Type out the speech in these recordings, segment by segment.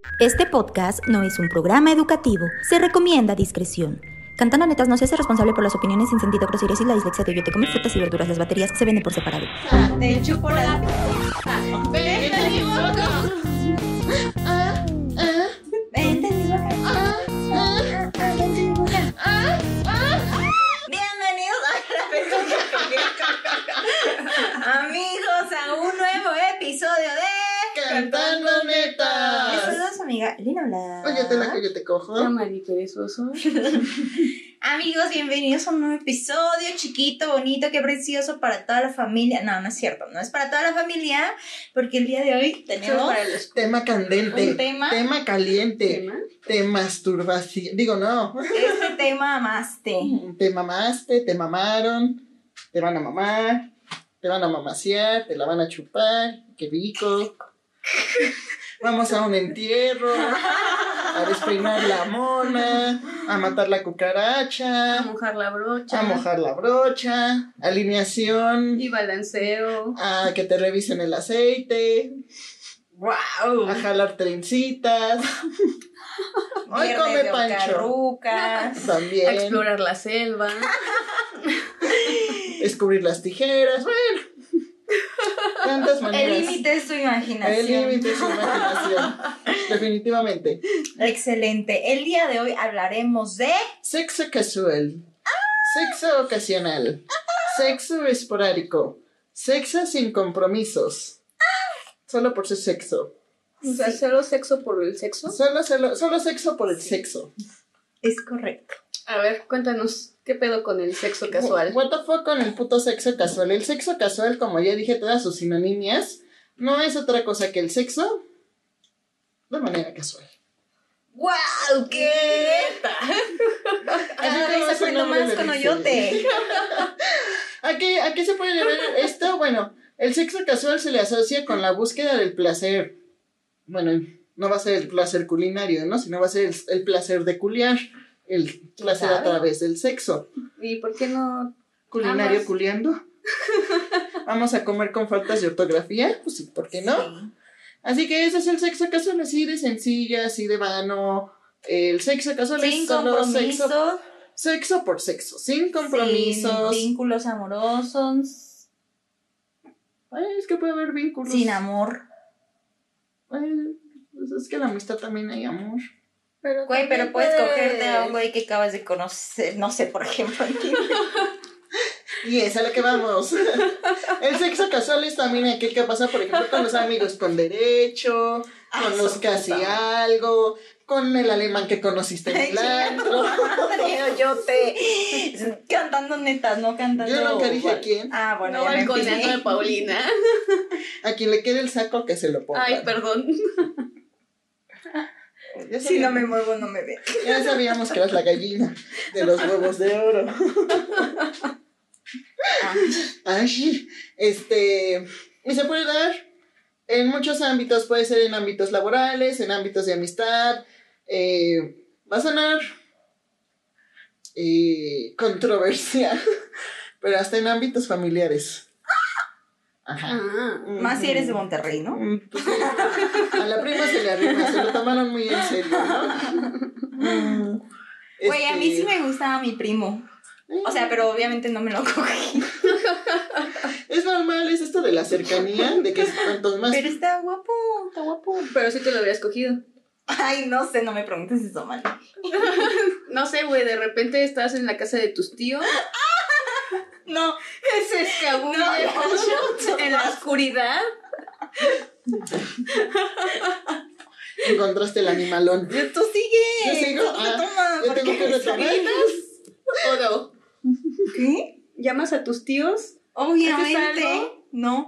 Este podcast no es un programa educativo. Se recomienda discreción. Cantando Netas no se hace responsable por las opiniones sin sentido, groserías y la dislexia de Oyote. Comer frutas y verduras. Las baterías se venden por separado. De chocolate. Vente mi boca. Vente mi boca. Vente mi boca. Bienvenidos amigos a un nuevo episodio de Cantando Netas. Les saluda su amiga Lina Blas. Óyete la que yo te cojo. Mari perezoso. Amigos, bienvenidos a un nuevo episodio chiquito, bonito, qué precioso para toda la familia. No, no es cierto, no es para toda la familia, porque el día de hoy tenemos Tema candente. un tema. Tema caliente. Te masturbación. Digo, no. Este tema amaste. Te mamaste, te mamaron, te van a mamar, te van a mamasear, te la van a chupar. Qué rico. Vamos a un entierro, a despeinar la mona, a matar la cucaracha, A mojar la brocha. a mojar la brocha, alineación, Y balanceo. a que te revisen el aceite, ¡Wow! a jalar trencitas. Hoy Viernes come de Pancho. Ocarrucas. A También. explorar la selva. Descubrir las tijeras. Bueno. Tantas maneras. El límite es tu imaginación. El límite es su imaginación. Definitivamente. Excelente. El día de hoy hablaremos de Sexo casual. Sexo ocasional. Sexo esporádico. Sexo sin compromisos. Solo por ser sexo. O sea, solo sexo por el sexo. Solo sexo por el sexo. Es correcto. A ver, cuéntanos, ¿qué pedo con el sexo casual? What the fuck con el puto sexo casual. El sexo casual, como ya dije, todas sus sinonimias, no es otra cosa que el sexo de manera casual. ¡Wow! ¡Qué neta! Cada vez ese aprendo nombre más le con dice. Oyote. ¿A qué se puede llevar esto? Bueno, el sexo casual se le asocia con la búsqueda del placer. Bueno, no va a ser el placer culinario, ¿no? Sino va a ser el placer de culiar. El placer a Claro. través del sexo. ¿Y por qué no? Culinario Ambas. culiando. Vamos a comer con faltas de ortografía. Pues sí, ¿por qué no? Sí. Así que ese es el sexo casual, así de sencilla, así de vano. El sexo casual Sin es solo compromisos. sexo por sexo, sin compromisos. Sin vínculos amorosos. Ay, es que puede haber vínculos. Sin amor. Ay, pues es que en la amistad también hay amor. Güey, pero puedes cogerte a un güey que acabas de conocer. No sé, por ejemplo. Y es a lo que vamos. El sexo casual es también aquel que pasa, por ejemplo, con los amigos con derecho, con los son casi puta algo, con el alemán que conociste en el antro. Madre, Oyote. Cantando netas, no cantando. Yo nunca dije a quién. Ah, bueno, No ya me balconeando empiné. a Paulina. A quien le quede el saco que se lo ponga. Ay, perdón. Ya Si no sabíamos, me muevo, no me ve. ya sabíamos que eras la gallina de los huevos de oro. Ay, y se puede dar en muchos ámbitos, puede ser en ámbitos laborales, en ámbitos de amistad, va a sonar controversial, pero hasta en ámbitos familiares. Ajá. Más si eres de Monterrey, ¿no? Pues sí, a la prima se le arrima, se lo tomaron muy en serio, ¿no? Güey, a mí sí me gustaba mi primo. O sea, pero obviamente no me lo cogí. Es normal, es esto de la cercanía, de que cuantos más... Pero está guapo, está guapo. Pero sí te lo habrías cogido. Ay, no sé, no me preguntes eso, man. No sé, güey, de repente estás en la casa de tus tíos. No, Se escabulle No, en la oscuridad. Encontraste el animalón. tú sigue. ¿Yo sigo? Tú retoma, ¿yo tengo porque que retomar? ¿O no? ¿Qué? ¿Llamas a tus tíos? Obviamente. ¿Haces algo? No.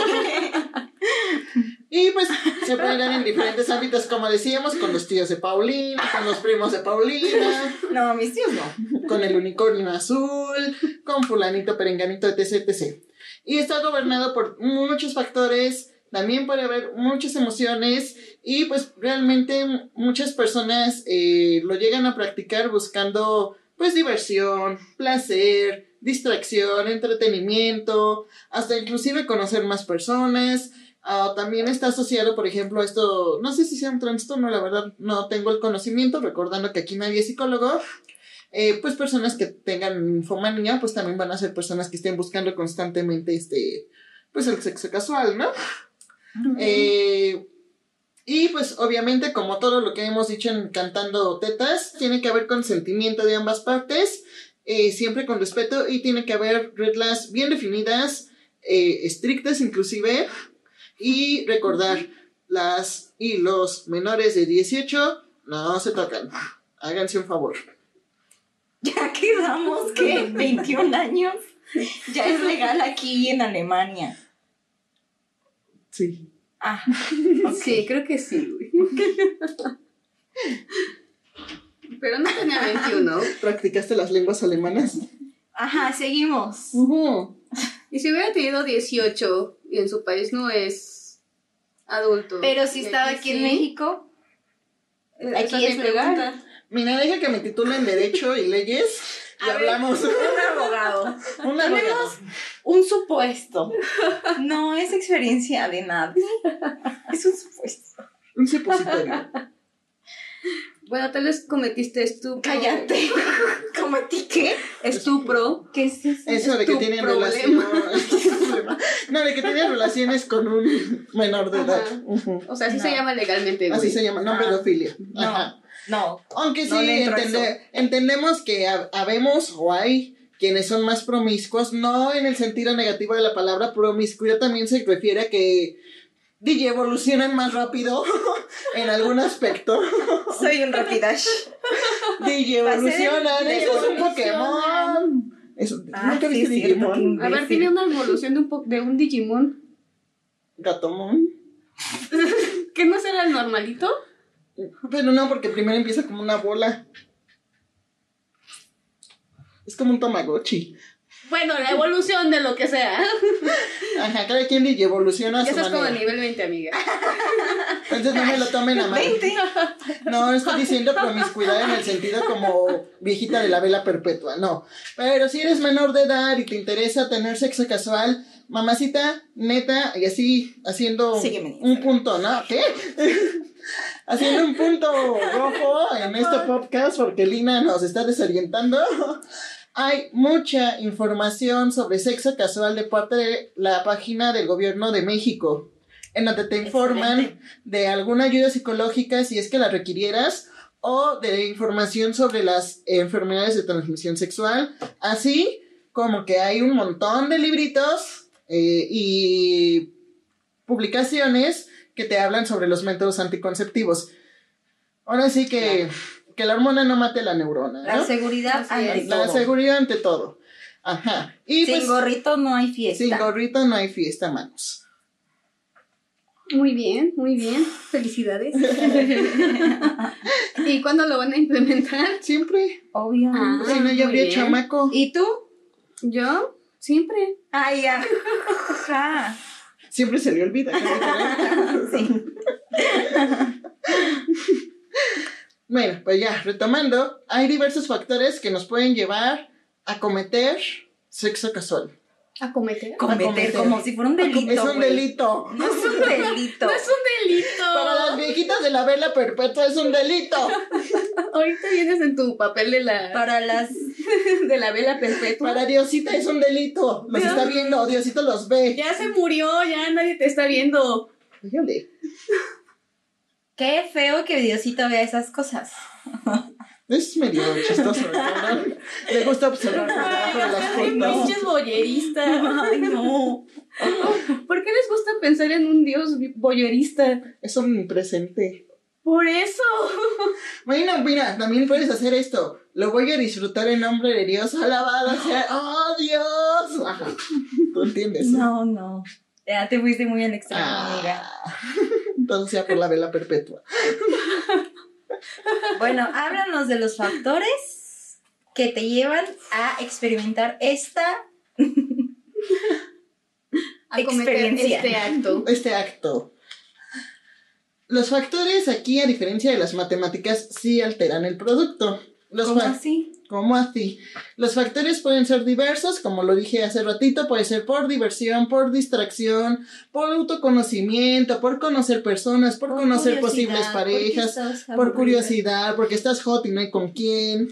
Y pues se puede dar en diferentes ámbitos, como decíamos, con los tíos de Paulina, con los primos de Paulina, No, mis tíos no. con el unicornio azul, con fulanito, perenganito, etc, etc. Y está gobernado por muchos factores, también puede haber muchas emociones y pues realmente muchas personas lo llegan a practicar buscando pues diversión, placer, distracción, entretenimiento, hasta inclusive conocer más personas. También está asociado, por ejemplo, esto, no sé si sea un trastorno, la verdad no tengo el conocimiento, recordando que aquí nadie es psicólogo. Pues personas que tengan infomanía, pues también van a ser personas que estén buscando constantemente pues el sexo casual, ¿no? Y pues obviamente, como todo lo que hemos dicho en Cantando Tetas, tiene que haber consentimiento de ambas partes, siempre con respeto, y tiene que haber reglas bien definidas, estrictas inclusive, y recordar, las y los menores de 18 no se tocan, háganse un favor. Ya quedamos que 21 años ya es legal aquí en Alemania. Sí. Ah, Sí, creo que sí, güey. Pero no tenía 21. ¿Practicaste las lenguas alemanas? ajá, seguimos. Y si hubiera tenido 18 y en su país no es adulto. Pero si y estaba aquí en sí, México, esa aquí mi es legal. pregunta. Mira, deja que me titule en Derecho y Leyes y A ver, hablamos. un abogado. Un abogado. Tenemos un supuesto. No es experiencia de nadie. Es un supuesto. Un supositorio. Bueno, tal vez cometiste estupro. Cállate. ¿Cometí qué? Estupro. ¿Qué es eso? Eso de que tu tienen problema. relaciones. No, de que tienen relaciones con un menor de edad. Ajá. Ujú. O sea, así No. se llama legalmente, güey. Así se llama, no Ah. pedofilia. No. Ajá. No. Aunque sí, No le entro a eso. entendemos que habemos o hay quienes son más promiscuos, no en el sentido negativo de la palabra promiscuidad, también se refiere a que evolucionan más rápido en algún aspecto. Soy un rapidash. Evolucionan, Pasé de- eso es un Pokémon. Eso, Ah, ¿nunca sí, viste es cierto, Digimon? qué A ver, tiene una evolución de un Digimon. Gatomon. ¿Qué no será el normalito? Pero no, porque primero empieza como una bola. Es como un Tamagotchi. Bueno, la evolución de lo que sea. Ajá, cada quien evoluciona a Ya su estás como manera. nivel 20, amiga. Entonces no me lo tomen a mal. 20. No estoy diciendo promiscuidad en el sentido como viejita de la vela perpetua, no. Pero si eres menor de edad y te interesa tener sexo casual, mamacita, neta, y así haciendo Sígueme en un Instagram. punto, ¿no? ¿Qué? Haciendo un punto rojo en este podcast porque Lina nos está desorientando. Hay mucha información sobre sexo casual de parte de la página del Gobierno de México, en donde te informan Excelente. de alguna ayuda psicológica si es que la requirieras, o de información sobre las enfermedades de transmisión sexual, así como que hay un montón de libritos y publicaciones que te hablan sobre los métodos anticonceptivos. Ahora sí que la hormona no mate la neurona, ¿no? La seguridad Así ante es. La todo. seguridad ante todo. Ajá. Y Sin pues, gorrito no hay fiesta. sin gorrito no hay fiesta, manos. Muy bien, muy bien. Felicidades. ¿Y cuándo lo van a implementar? Siempre. Obvio. Ah. Si no, ya muy habría bien. chamaco. ¿Y tú? ¿Yo? Siempre. Ay, ya. Ja. Siempre se le olvida. Sí. Bueno, pues ya, retomando, hay diversos factores que nos pueden llevar a cometer sexo casual. ¿A cometer? Cometer como si fuera un delito. Es un güey. delito. No es un delito. No es un delito. Para las viejitas de la vela perpetua es un delito. Ahorita vienes en tu papel de la Para las. de la vela perpetua. Para Diosita es un delito. Los está viendo, Diosito los ve. Ya se murió, ya nadie te está viendo. Fíjale. Qué feo que Diosito vea esas cosas. Es medio chistoso, ¿no? Le gusta observar por debajo de las Ay, puertas. pinches voyeristas. Ay, no. ¿Por qué les gusta pensar en un dios voyerista? Es omnipresente. Por eso. Bueno, mira, también puedes hacer esto. Lo voy a disfrutar en nombre de Dios. Alabado sea. ¡Oh, Dios! Ajá. ¿Tú entiendes? No. Ya te fuiste muy al extremo, amiga. Todo sea por la vela perpetua. Bueno, háblanos de los factores que te llevan a experimentar esta A cometer experiencia. este acto. Este acto. Los factores aquí, a diferencia de las matemáticas, sí alteran el producto. ¿Cómo así? ¿Cómo así? Los factores pueden ser diversos, como lo dije hace ratito, puede ser por diversión, por distracción, por autoconocimiento, por conocer personas, por conocer posibles parejas, por curiosidad, porque estás hot y no hay con quién.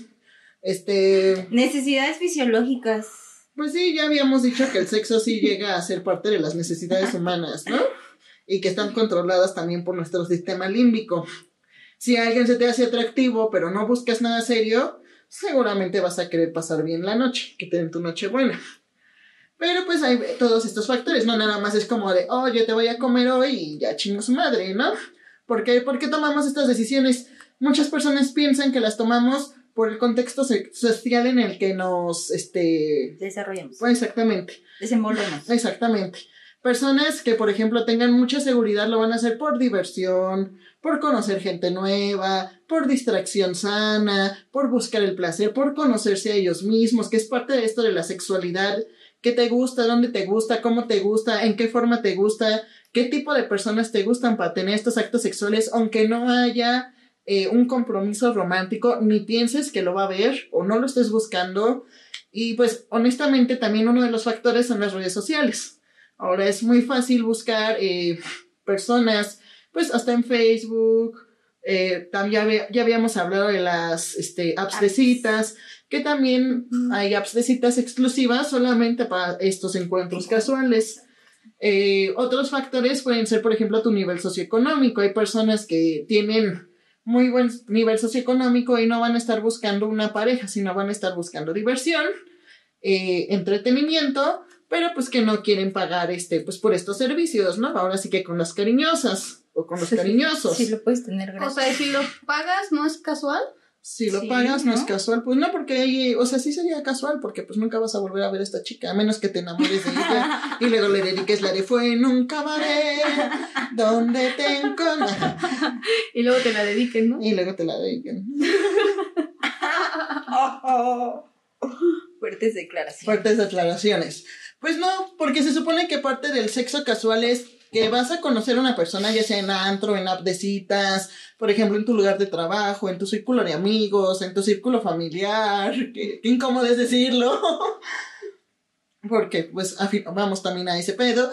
Necesidades fisiológicas. Pues sí, ya habíamos dicho que el sexo sí llega a ser parte de las necesidades humanas, ¿no? Y que están controladas también por nuestro sistema límbico. Si alguien se te hace atractivo, pero no buscas nada serio, seguramente vas a querer pasar bien la noche, que te den tu noche buena. Pero pues hay todos estos factores, no nada más es como de, oye, te voy a comer hoy y ya chingo su madre, ¿no? ¿Por qué tomamos estas decisiones? Muchas personas piensan que las tomamos por el contexto social en el que nos, desarrollamos. Pues exactamente. Desenvolvemos. Exactamente. Personas que, por ejemplo, tengan mucha seguridad lo van a hacer por diversión, por conocer gente nueva, por distracción sana, por buscar el placer, por conocerse a ellos mismos, que es parte de esto de la sexualidad. ¿Qué te gusta? ¿Dónde te gusta? ¿Cómo te gusta? ¿En qué forma te gusta? ¿Qué tipo de personas te gustan para tener estos actos sexuales? Aunque no haya un compromiso romántico, ni pienses que lo va a haber o no lo estés buscando. Y pues honestamente también uno de los factores son las redes sociales. Ahora es muy fácil buscar personas, pues hasta en Facebook. También ya habíamos hablado de las apps de citas, que también hay apps de citas exclusivas solamente para estos encuentros casuales. Otros factores pueden ser, por ejemplo, tu nivel socioeconómico. Hay personas que tienen muy buen nivel socioeconómico y no van a estar buscando una pareja, sino van a estar buscando diversión, entretenimiento, pero pues que no quieren pagar pues por estos servicios, ¿no? Ahora sí que con las cariñosas o con los cariñosos. Sí, lo puedes tener gratis. O sea, si lo pagas, ¿no es casual? Si lo pagas, ¿no? No es casual. Pues no, porque o sea, sí sería casual, porque pues nunca vas a volver a ver a esta chica, a menos que te enamores de ella y luego le dediques la de fue en un cabaret donde te encontré. Y luego te la dediquen, ¿no? Y luego te la dediquen. Fuertes declaraciones. Fuertes declaraciones. Pues no, porque se supone que parte del sexo casual es que vas a conocer a una persona, ya sea en antro, en app de citas, por ejemplo, en tu lugar de trabajo, en tu círculo de amigos, en tu círculo familiar. Qué incómodo es decirlo. Porque, pues, vamos también a ese pedo.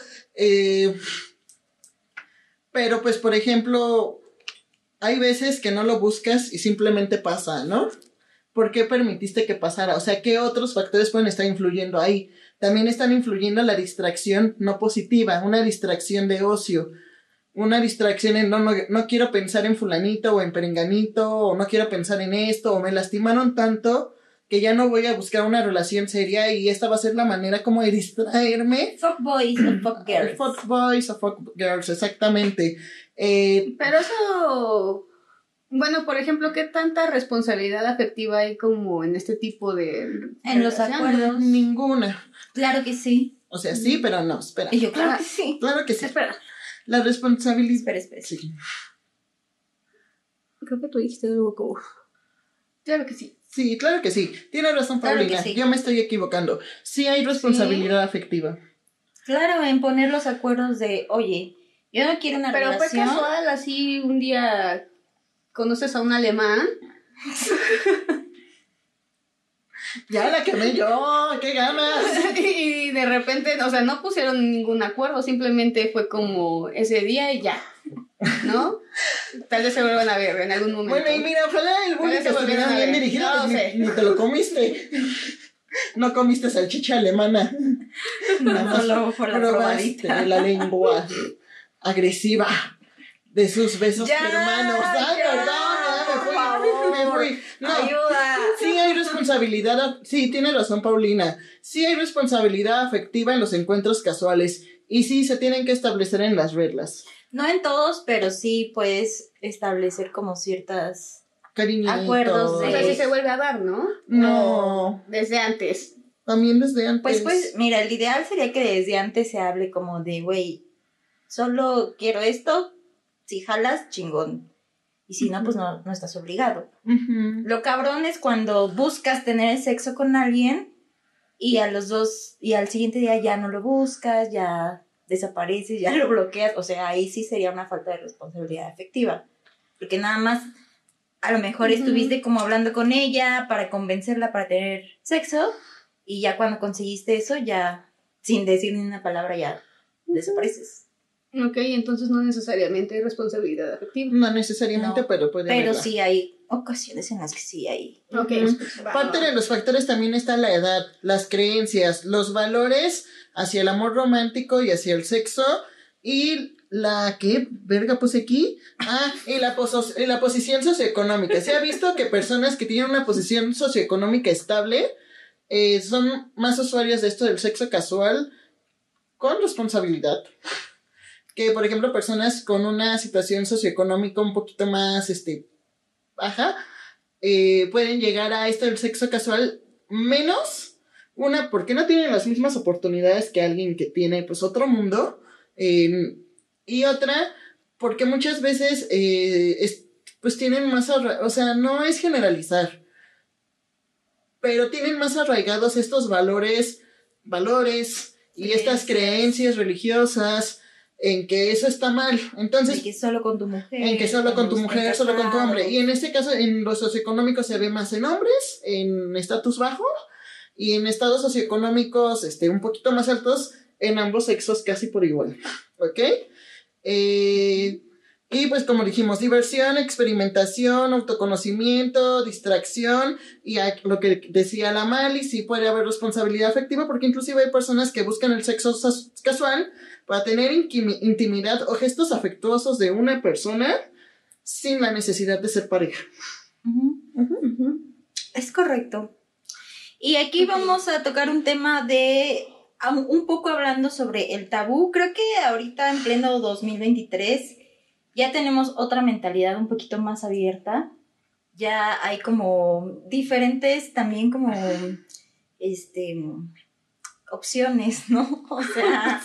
Pero, pues, por ejemplo, hay veces que no lo buscas y simplemente pasa, ¿no? ¿Por qué permitiste que pasara? O sea, ¿qué otros factores pueden estar influyendo ahí? También están influyendo la distracción no positiva, una distracción de ocio, una distracción en no quiero pensar en fulanito o en perenganito, o no quiero pensar en esto, o me lastimaron tanto que ya no voy a buscar una relación seria y esta va a ser la manera como de distraerme. Fuck boys o fuck girls. Fuck boys o fuck girls, exactamente. Pero eso... Bueno, por ejemplo, ¿qué tanta responsabilidad afectiva hay como en este tipo de... En los acuerdos? Ninguna. Claro que sí. O sea, sí, pero no, espera. Y yo, claro que sí. Claro que sí. Espera. La responsabilidad... Espera. Sí. Creo que tú dijiste algo como... Claro que sí. Sí, claro que sí. Tienes razón, Paulina. Claro que sí. Yo me estoy equivocando. Sí hay responsabilidad afectiva. Claro, en poner los acuerdos de, oye, yo no quiero una relación. Pero fue casual, así un día conoces a un alemán. Ya la quemé yo, qué ganas. Y de repente, o sea, no pusieron ningún acuerdo, simplemente fue como ese día y ya, ¿no? Tal vez se vuelvan a ver en algún momento. Bueno, y mira, ojalá el bullying Tal vez se estuviera volvieron a bien ver. dirigido. No sé. Ni te lo comiste. No comiste salchicha alemana. Nada más Solo por la probaste probadita. la lengua agresiva de sus besos Ya, hermanos. Ay, ya, perdón, me fui. No. Ayuda. Sí hay responsabilidad, sí, tiene razón Paulina, sí hay responsabilidad afectiva en los encuentros casuales y sí se tienen que establecer en las reglas. No en todos, pero sí puedes establecer como ciertas Cariñitos. acuerdos O sea, de- sí se vuelve a dar, ¿no? No, O desde antes. también desde antes. Pues, mira, el ideal sería que desde antes se hable como de, güey, solo quiero esto, si jalas, chingón. Y si no, pues no estás obligado. Ujú. Lo cabrón es cuando buscas tener el sexo con alguien y a los dos, y al siguiente día ya no lo buscas, ya desapareces, ya lo bloqueas. O sea, ahí sí sería una falta de responsabilidad afectiva. Porque nada más a lo mejor estuviste como hablando con ella para convencerla para tener sexo y ya cuando conseguiste eso, ya sin decir ni una palabra ya desapareces. Ok, entonces no necesariamente hay responsabilidad afectiva. No necesariamente, No, pero puede pero haberla. sí hay ocasiones en las que sí hay. Ok. Parte de los factores también está la edad, las creencias, los valores hacia el amor romántico y hacia el sexo y la ¿qué verga puse aquí? Y la posición socioeconómica. Se ha visto que personas que tienen una posición socioeconómica estable son más usuarios de esto del sexo casual con responsabilidad. Que, por ejemplo, personas con una situación socioeconómica un poquito más baja pueden llegar a esto del sexo casual menos. Una, porque no tienen las mismas oportunidades que alguien que tiene pues otro mundo. Y otra, porque muchas veces pues tienen más o sea, no es generalizar, pero tienen más arraigados estos valores y estas creencias religiosas en que eso está mal. Entonces, De que solo con tu mujer. en que solo con tu cuando mujer, estén solo con tu hombre. casados. Y en este caso, en lo socioeconómico se ve más en hombres, en estatus bajo, y en estados socioeconómicos un poquito más altos, en ambos sexos casi por igual. ¿Ok? Y pues como dijimos, diversión, experimentación, autoconocimiento, distracción, y lo que decía la Mali, sí puede haber responsabilidad afectiva, porque inclusive hay personas que buscan el sexo casual para tener intimidad o gestos afectuosos de una persona sin la necesidad de ser pareja. Es correcto. Y aquí vamos a tocar un tema de un poco hablando sobre el tabú. Creo que ahorita en pleno 2023 ya tenemos otra mentalidad un poquito más abierta. Ya hay como diferentes también como opciones, ¿no? O sea,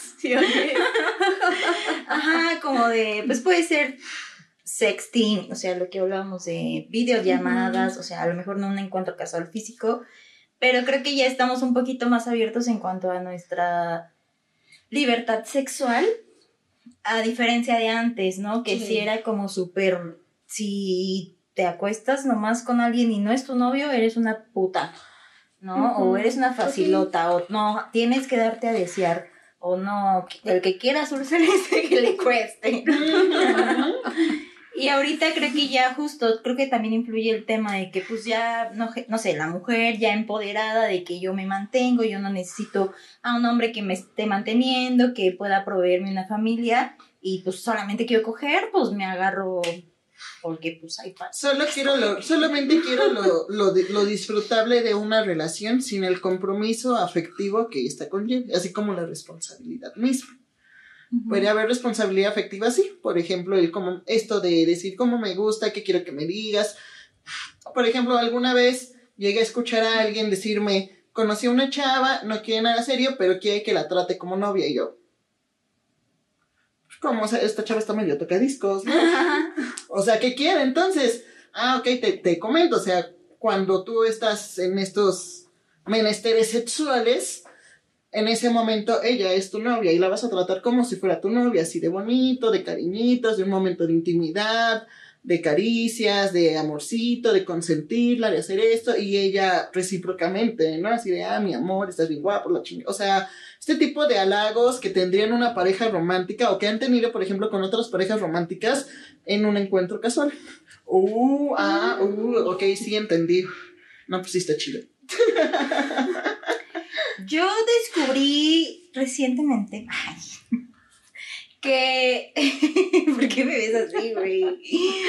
ajá, como de, pues puede ser sexting, o sea, lo que hablábamos de videollamadas, o sea, a lo mejor no un encuentro casual físico, pero creo que ya estamos un poquito más abiertos en cuanto a nuestra libertad sexual, a diferencia de antes, ¿no? Que sí era como súper, si te acuestas nomás con alguien y no es tu novio, eres una puta, ¿no? O eres una facilota, o no, tienes que darte a desear, o no, el que quiera azul celeste que le cueste. Y ahorita creo que ya justo, creo que también influye el tema de que pues ya, no sé, la mujer ya empoderada de que yo me mantengo, yo no necesito a un hombre que me esté manteniendo, que pueda proveerme una familia, y pues solamente quiero coger, pues me agarro porque pues hay paz. Solamente quiero lo disfrutable de una relación sin el compromiso afectivo que esta conlleva, así como la responsabilidad misma. Puede haber responsabilidad afectiva, sí. Por ejemplo, esto de decir cómo me gusta, qué quiero que me digas. Por ejemplo, alguna vez llegué a escuchar a alguien decirme, conocí a una chava, no quiere nada serio, pero quiere que la trate como novia. Y yo, ¿cómo? O sea, esta chava está medio tocadiscos, ¿no? O sea, ¿qué quiere entonces? Ok, te comento. O sea, cuando tú estás en estos menesteres sexuales, en ese momento ella es tu novia y la vas a tratar como si fuera tu novia, así de bonito, de cariñitos, de un momento de intimidad, de caricias, de amorcito, de consentirla, de hacer esto, y ella recíprocamente, ¿no? Así de, mi amor, estás bien guapo, la chingada. O sea, este tipo de halagos que tendrían una pareja romántica o que han tenido, por ejemplo, con otras parejas románticas en un encuentro casual. Ok, sí, entendí. No, pues sí está chido. Yo descubrí recientemente que... ¿Por qué me ves así, güey?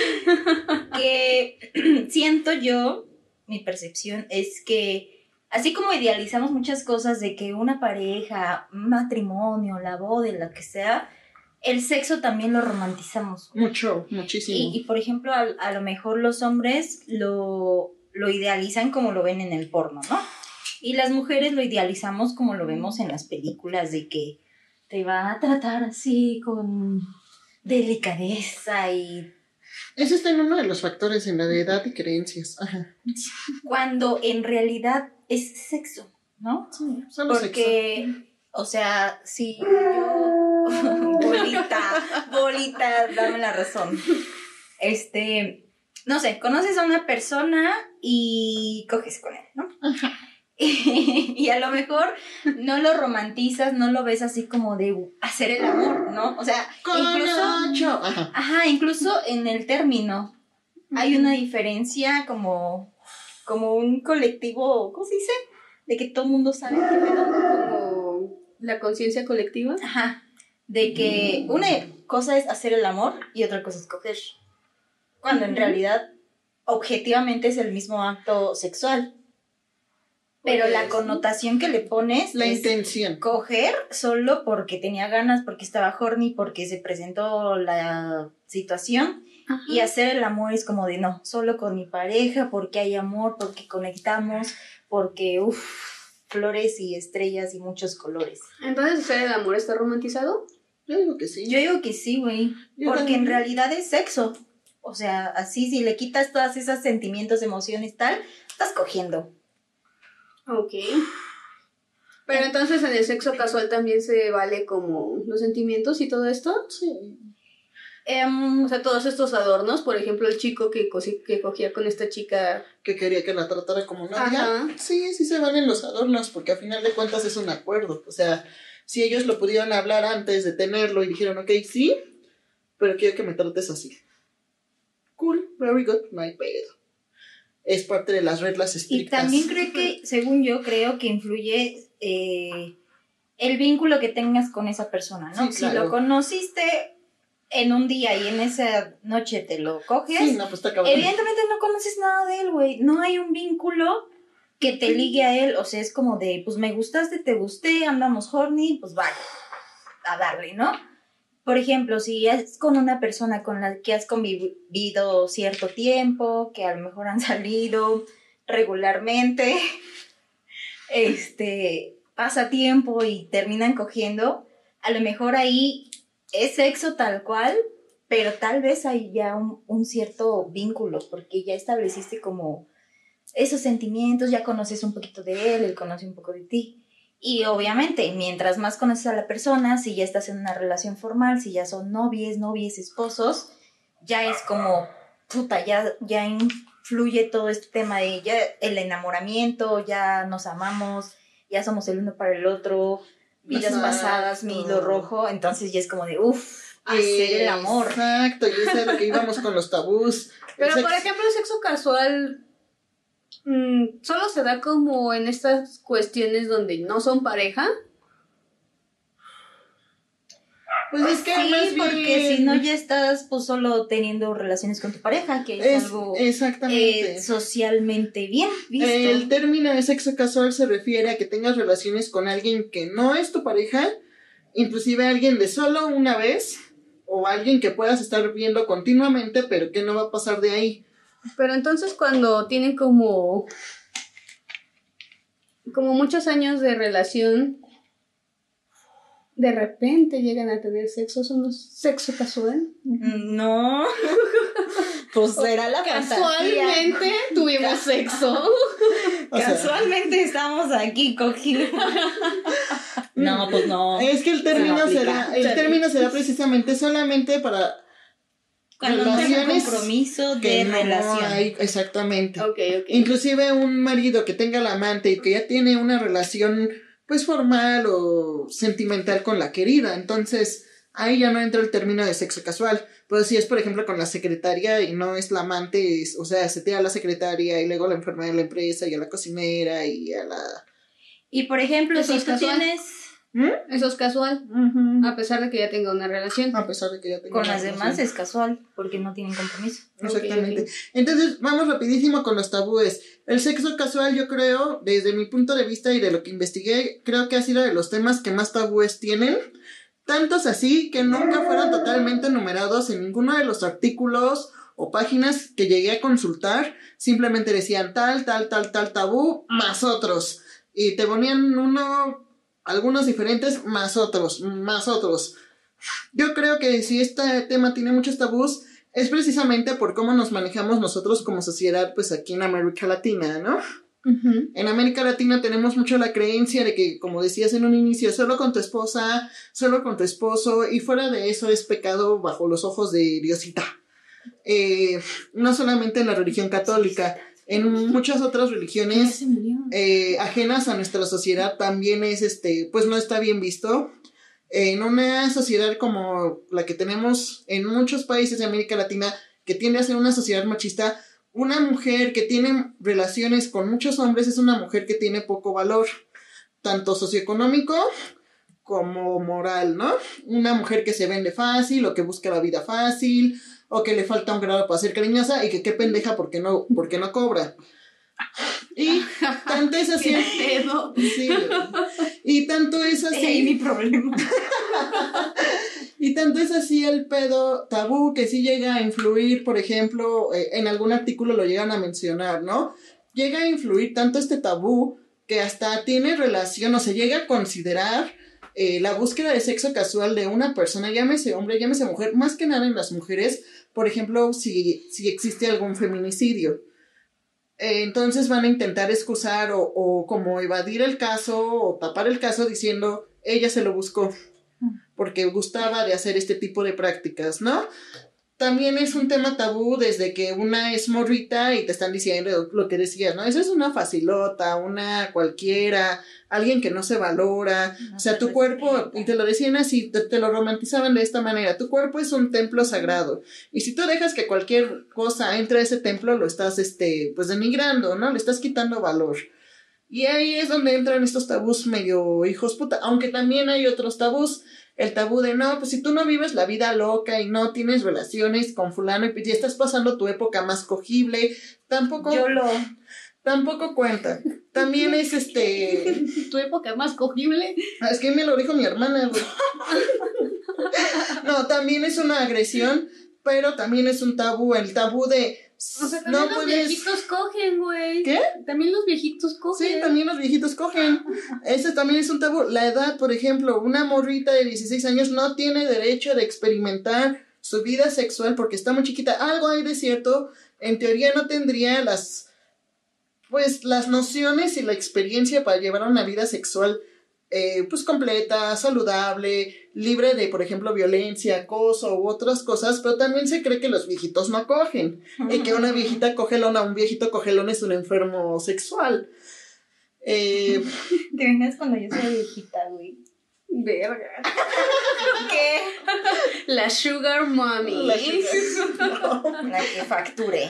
Que siento yo, mi percepción es que así como idealizamos muchas cosas de que una pareja, un matrimonio, la boda, la que sea, el sexo también lo romantizamos. Muchísimo. Y por ejemplo, a lo mejor los hombres lo idealizan como lo ven en el porno, ¿no? Y las mujeres lo idealizamos como lo vemos en las películas, de que te va a tratar así con delicadeza y... Eso está en uno de los factores en la de edad y creencias. Ajá. Cuando en realidad es sexo, ¿no? Sí, solo porque, sexo. O sea, si yo... bolita, dame la razón. no sé, conoces a una persona y coges con él, ¿no? Ajá. Y a lo mejor no lo romantizas, no lo ves así como de hacer el amor, ¿no? O sea, incluso en el término hay una diferencia como un colectivo, ¿cómo se dice? De que todo el mundo sabe qué pedo, como la conciencia colectiva. Ajá. De que una cosa es hacer el amor y otra cosa es coger. Cuando en realidad, objetivamente es el mismo acto sexual. Pero la connotación que le pones la es intención. Coger solo porque tenía ganas, porque estaba horny, porque se presentó la situación. Ajá. Y hacer el amor es como de no, solo con mi pareja, porque hay amor, porque conectamos, porque flores y estrellas y muchos colores. Entonces, ¿hacer el amor está romantizado? Yo digo que sí. Yo digo que sí, güey. Porque también. En realidad es sexo. O sea, así si le quitas todos esos sentimientos, emociones, tal, estás cogiendo. Ok. Pero entonces en el sexo casual también se vale como los sentimientos y todo esto. Sí. O sea, todos estos adornos, por ejemplo, el chico que cogía con esta chica que quería que la tratara como novia. Sí se valen los adornos, porque a final de cuentas es un acuerdo. O sea, si ellos lo pudieron hablar antes de tenerlo y dijeron, ok, sí, pero quiero que me trates así. Cool, very good, no hay pedo. Es parte de las reglas estrictas. Y también creo que, según yo, creo que influye el vínculo que tengas con esa persona, ¿no? Sí, claro. Si lo conociste en un día y en esa noche te lo coges, sí, no, pues está cabrón. Evidentemente no conoces nada de él, güey. No hay un vínculo que te ligue a él. O sea, es como de, pues me gustaste, te gusté, andamos horny, pues vale, a darle, ¿no? Por ejemplo, si es con una persona con la que has convivido cierto tiempo, que a lo mejor han salido regularmente, pasa tiempo y terminan cogiendo, a lo mejor ahí es sexo tal cual, pero tal vez hay ya un cierto vínculo, porque ya estableciste como esos sentimientos, ya conoces un poquito de él conoce un poco de ti. Y obviamente, mientras más conoces a la persona, si ya estás en una relación formal, si ya son novies, esposos, ya es como, puta, ya influye todo este tema de ya el enamoramiento, ya nos amamos, ya somos el uno para el otro, vidas pasadas, mi hilo rojo, entonces ya es como de, hacer el amor. Exacto, y eso es lo que íbamos con los tabús. Pero, por ejemplo, el sexo casual solo se da como en estas cuestiones donde no son pareja. Pues es que sí, más bien, porque si no ya estás pues solo teniendo relaciones con tu pareja, que es algo socialmente bien visto. El término de sexo casual se refiere a que tengas relaciones con alguien que no es tu pareja, inclusive alguien de solo una vez, o alguien que puedas estar viendo continuamente, pero que no va a pasar de ahí. Pero entonces cuando tienen como muchos años de relación, de repente llegan a tener sexo, ¿son sexo casual? No. Pues será la casualmente tuvimos sexo. Casualmente estamos aquí cogiendo. No, pues no. Es que el término será precisamente solamente para cuando no hay un compromiso de relación. Hay, exactamente. Okay. Inclusive un marido que tenga la amante y que ya tiene una relación pues formal o sentimental con la querida, entonces ahí ya no entra el término de sexo casual. Pero si es por ejemplo con la secretaria y no es la amante, o sea, se tira a la secretaria y luego la enfermera de la empresa y a la cocinera y a la... Y por ejemplo, si tú tienes... Eso es casual, a pesar de que ya tenga una relación. A pesar de que ya tenga con una las relación. demás es casual, porque no tienen compromiso. Exactamente. Okay. Entonces, vamos rapidísimo con los tabúes. El sexo casual, yo creo, desde mi punto de vista y de lo que investigué, creo que ha sido de los temas que más tabúes tienen. Tantos así que nunca fueron totalmente numerados en ninguno de los artículos o páginas que llegué a consultar. Simplemente decían tal tabú, más otros. Y te ponían algunos diferentes, más otros. Yo creo que si este tema tiene muchos tabús, es precisamente por cómo nos manejamos nosotros como sociedad, pues aquí en América Latina, ¿no? Uh-huh. En América Latina tenemos mucho la creencia de que, como decías en un inicio, solo con tu esposa, solo con tu esposo, y fuera de eso es pecado bajo los ojos de Diosita. no solamente en la religión católica, en muchas otras religiones ajenas a nuestra sociedad también es, pues no está bien visto. En una sociedad como la que tenemos en muchos países de América Latina, que tiende a ser una sociedad machista, una mujer que tiene relaciones con muchos hombres es una mujer que tiene poco valor, tanto socioeconómico como moral, ¿no? Una mujer que se vende fácil o que busca la vida fácil o que le falta un grado para ser cariñosa y que qué pendeja porque no cobra. Y tanto es así. Sí, y tanto es así. Ahí mi problema. Y tanto es así el pedo tabú que sí llega a influir, por ejemplo, en algún artículo lo llegan a mencionar, ¿no? Llega a influir tanto este tabú que hasta tiene relación o se llega a considerar la búsqueda de sexo casual de una persona, llámese hombre, llámese mujer, más que nada en las mujeres, por ejemplo, si existe algún feminicidio. Entonces van a intentar excusar o como evadir el caso o tapar el caso diciendo ella se lo buscó porque gustaba de hacer este tipo de prácticas, ¿no? También es un tema tabú desde que una es morrita y te están diciendo lo que decías, ¿no? Esa es una facilota, una cualquiera, alguien que no se valora, no, o sea, tu cuerpo, y te lo decían así, te lo romantizaban de esta manera, tu cuerpo es un templo sagrado, y si tú dejas que cualquier cosa entre a ese templo, lo estás, pues denigrando, ¿no? Le estás quitando valor. Y ahí es donde entran estos tabús medio hijos puta, aunque también hay otros tabús. El tabú de, no, pues si tú no vives la vida loca y no tienes relaciones con fulano y ya estás pasando tu época más cogible, tampoco cuenta. También es ¿Tu época más cogible? Es que me lo dijo mi hermana, güey. No, también es una agresión, pero también es un tabú, el tabú de... O sea, también los viejitos cogen, güey. ¿Qué? También los viejitos cogen. Sí, también los viejitos cogen. Ese también es un tabú. La edad, por ejemplo, una morrita de 16 años no tiene derecho de experimentar su vida sexual porque está muy chiquita. Algo hay de cierto. En teoría no tendría las nociones y la experiencia para llevar una vida sexual pues completa, saludable, libre de, por ejemplo, violencia, acoso u otras cosas, pero también se cree que los viejitos no cogen, y que una viejita cogelona, un viejito cogelón es un enfermo sexual. ¿Te imaginas cuando yo sea viejita, güey? Verga. ¿Qué? La sugar mommy. La que facture.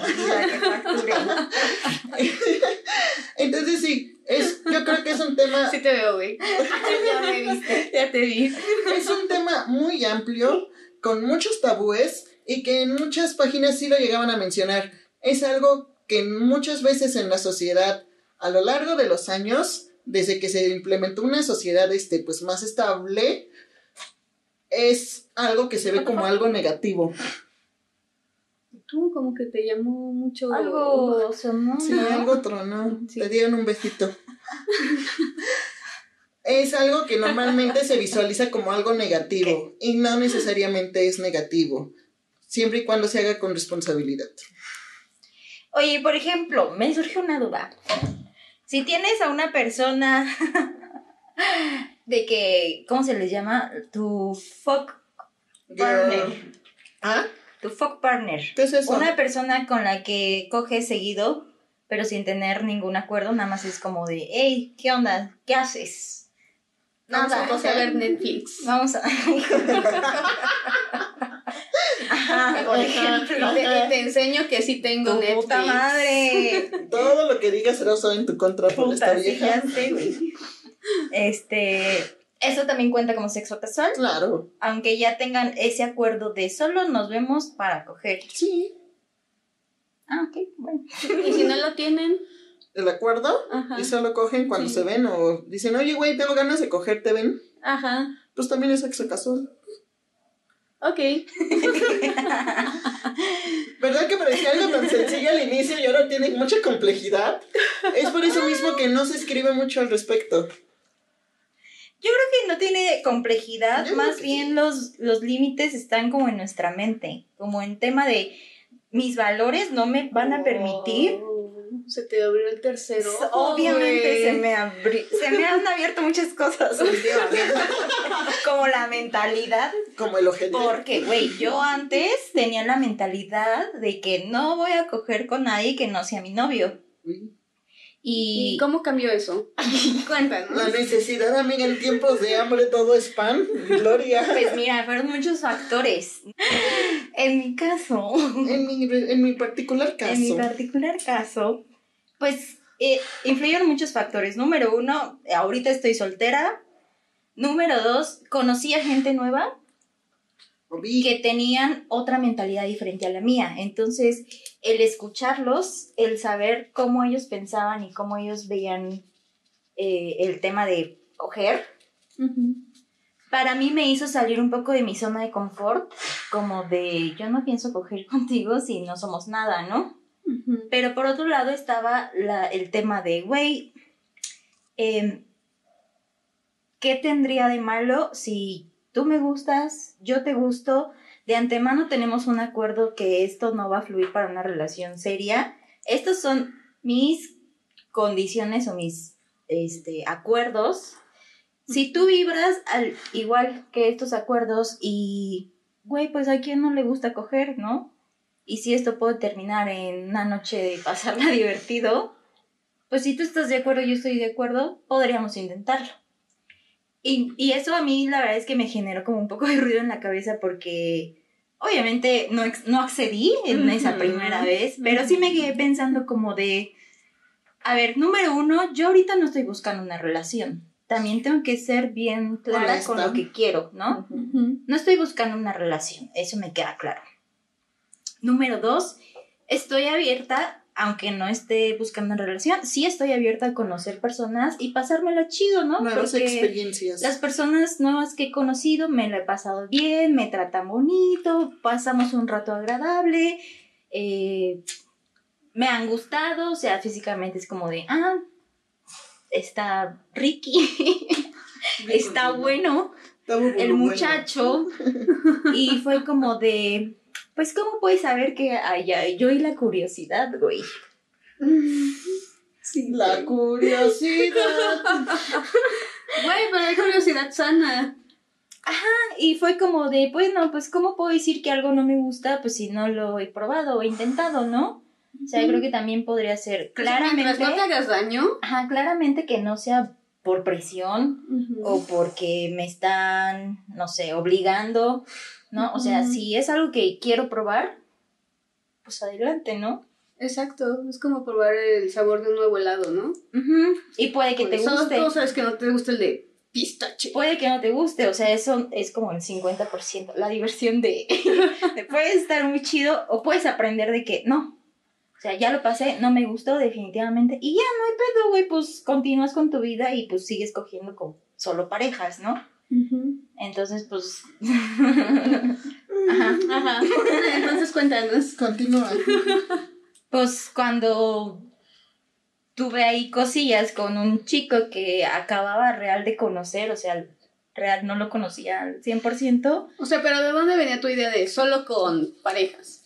Entonces sí, yo creo que es un tema... Sí te veo, güey. Ya me viste. Ya te vi. Es un tema muy amplio, con muchos tabúes, y que en muchas páginas sí lo llegaban a mencionar. Es algo que muchas veces en la sociedad, a lo largo de los años, desde que se implementó una sociedad pues más estable, es algo que se ve como algo negativo. Tú como que te llamó mucho... Algo sonó, Sí, ¿no? algo tronó. Sí. Te dieron un besito. Es algo que normalmente se visualiza como algo negativo, y no necesariamente es negativo, siempre y cuando se haga con responsabilidad. Oye, por ejemplo, me surge una duda. Si tienes a una persona de que, ¿cómo se les llama? Tu fuck partner. ¿Ah? Tu fuck partner. ¿Qué es eso? Una persona con la que coges seguido, pero sin tener ningún acuerdo, nada más es como de, hey, ¿qué onda? ¿Qué haces? Nada. Vamos a ver Netflix. Vamos a... Ajá, por ejemplo. Te enseño que sí tengo Tu Netflix. puta madre. Todo lo que digas será usado en tu contra por esta Puta, sí, vieja. ya sé, güey. Eso también cuenta como sexo casual, Claro. aunque ya tengan ese acuerdo de solo nos vemos para coger. Sí. Ah, ok, bueno. Y si no lo tienen, ¿El acuerdo? ajá. Y solo cogen cuando Sí. se ven o dicen, oye, güey, tengo ganas de cogerte, ven. Ajá. Pues también es sexo casual. Ok. ¿Verdad que parecía algo tan sencillo al inicio y ahora tiene mucha complejidad? Es por eso mismo que no se escribe mucho al respecto. Yo creo que no tiene complejidad, Yo más creo que bien los límites están como en nuestra mente, como en tema de mis valores no me van a permitir Se te abrió el tercero. Obviamente se me han abierto muchas cosas últimamente. Como la mentalidad. Como el ojete. Porque, güey, yo antes tenía la mentalidad de que no voy a coger con nadie que no sea mi novio. ¿Y cómo cambió eso? Cuéntanos. La necesidad, amiga, en tiempos de hambre todo es pan. Gloria. Pues mira, fueron muchos factores. En mi caso. En mi particular caso. En mi particular caso, pues influyeron muchos factores. Número 1, ahorita estoy soltera. Número 2, conocí a gente nueva que tenían otra mentalidad diferente a la mía. Entonces, el escucharlos, el saber cómo ellos pensaban y cómo ellos veían el tema de coger, para mí me hizo salir un poco de mi zona de confort, como de yo no pienso coger contigo si no somos nada, ¿no? Pero por otro lado estaba el tema de, güey, ¿qué tendría de malo si tú me gustas, yo te gusto, de antemano tenemos un acuerdo que esto no va a fluir para una relación seria? Estos son mis condiciones o mis acuerdos. Si tú vibras igual que estos acuerdos y, güey, pues a quién no le gusta coger, ¿no? Y si esto puede terminar en una noche de pasarla divertido, pues si tú estás de acuerdo y yo estoy de acuerdo, podríamos intentarlo. Y eso a mí la verdad es que me generó como un poco de ruido en la cabeza porque obviamente no accedí en esa primera vez, pero sí me quedé pensando como de, a ver, número 1, yo ahorita no estoy buscando una relación. También tengo que ser bien clara con lo que quiero, ¿no? No estoy buscando una relación, eso me queda claro. Número 2, estoy abierta, aunque no esté buscando una relación, sí estoy abierta a conocer personas y pasármela chido, ¿no? Nuevas porque experiencias. Las personas nuevas que he conocido me la he pasado bien, me tratan bonito, pasamos un rato agradable, me han gustado, o sea, físicamente es como de, está Ricky, está bueno el muchacho, y fue como de, pues, ¿cómo puedes saber que yo y la curiosidad, güey? Sí, la curiosidad. Güey, pero hay curiosidad sana. Ajá, y fue como de, bueno, pues, ¿cómo puedo decir que algo no me gusta? Pues si no lo he probado o intentado, ¿no? O sea, creo que también podría ser claramente... Mientras no te hagas daño. Ajá, claramente que no sea por presión o porque me están, no sé, obligando, ¿no? O sea, si es algo que quiero probar, pues adelante, ¿no? Exacto, es como probar el sabor de un nuevo helado, ¿no? Y puede que te guste. Tú sabes que no te gusta el de pistache. Puede que no te guste, o sea, eso es como el 50%, la diversión de puedes estar muy chido o puedes aprender de que no. O sea, ya lo pasé, no me gustó definitivamente y ya no hay pedo, güey, pues continúas con tu vida y pues sigues cogiendo con solo parejas, ¿no? Entonces, pues... Ajá. Entonces, cuéntanos. Continúa. Pues cuando tuve ahí cosillas con un chico que acababa real de conocer, o sea, real no lo conocía al 100%. O sea, pero ¿de dónde venía tu idea de solo con parejas?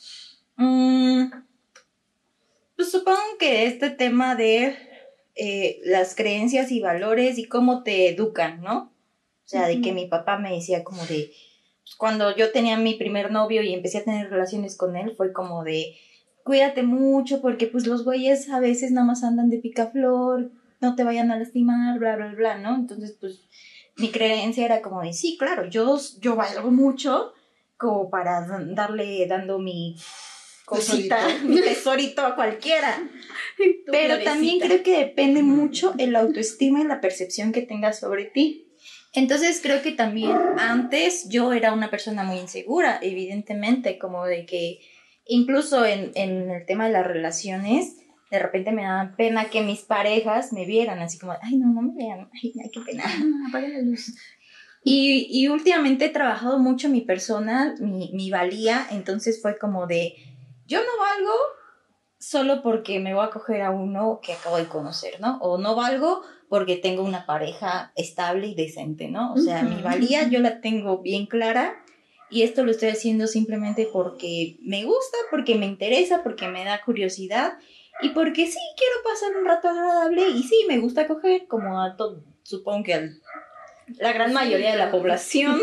Pues supongo que este tema de las creencias y valores y cómo te educan, ¿no? O sea, de que mi papá me decía como de... Cuando yo tenía mi primer novio y empecé a tener relaciones con él, fue como de... Cuídate mucho porque pues los güeyes a veces nada más andan de picaflor, no te vayan a lastimar, bla, bla, bla, ¿no? Entonces, pues, mi creencia era como de, sí, claro, yo valgo mucho como para dando mi... cosita, mi tesorito a cualquiera. Pero también creo que depende mucho el autoestima y la percepción que tengas sobre ti. Entonces creo que también antes yo era una persona muy insegura, evidentemente, como de que incluso en el tema de las relaciones, de repente me daba pena que mis parejas me vieran, así como, ay, no me vean, ay, qué pena, apaga la luz. Y últimamente he trabajado mucho mi persona, mi valía, entonces fue como de... Yo no valgo solo porque me voy a coger a uno que acabo de conocer, ¿no? O no valgo porque tengo una pareja estable y decente, ¿no? O sea, mi valía yo la tengo bien clara y esto lo estoy haciendo simplemente porque me gusta, porque me interesa, porque me da curiosidad y porque sí, quiero pasar un rato agradable y sí, me gusta coger, como a todo, supongo que a la gran mayoría de la población,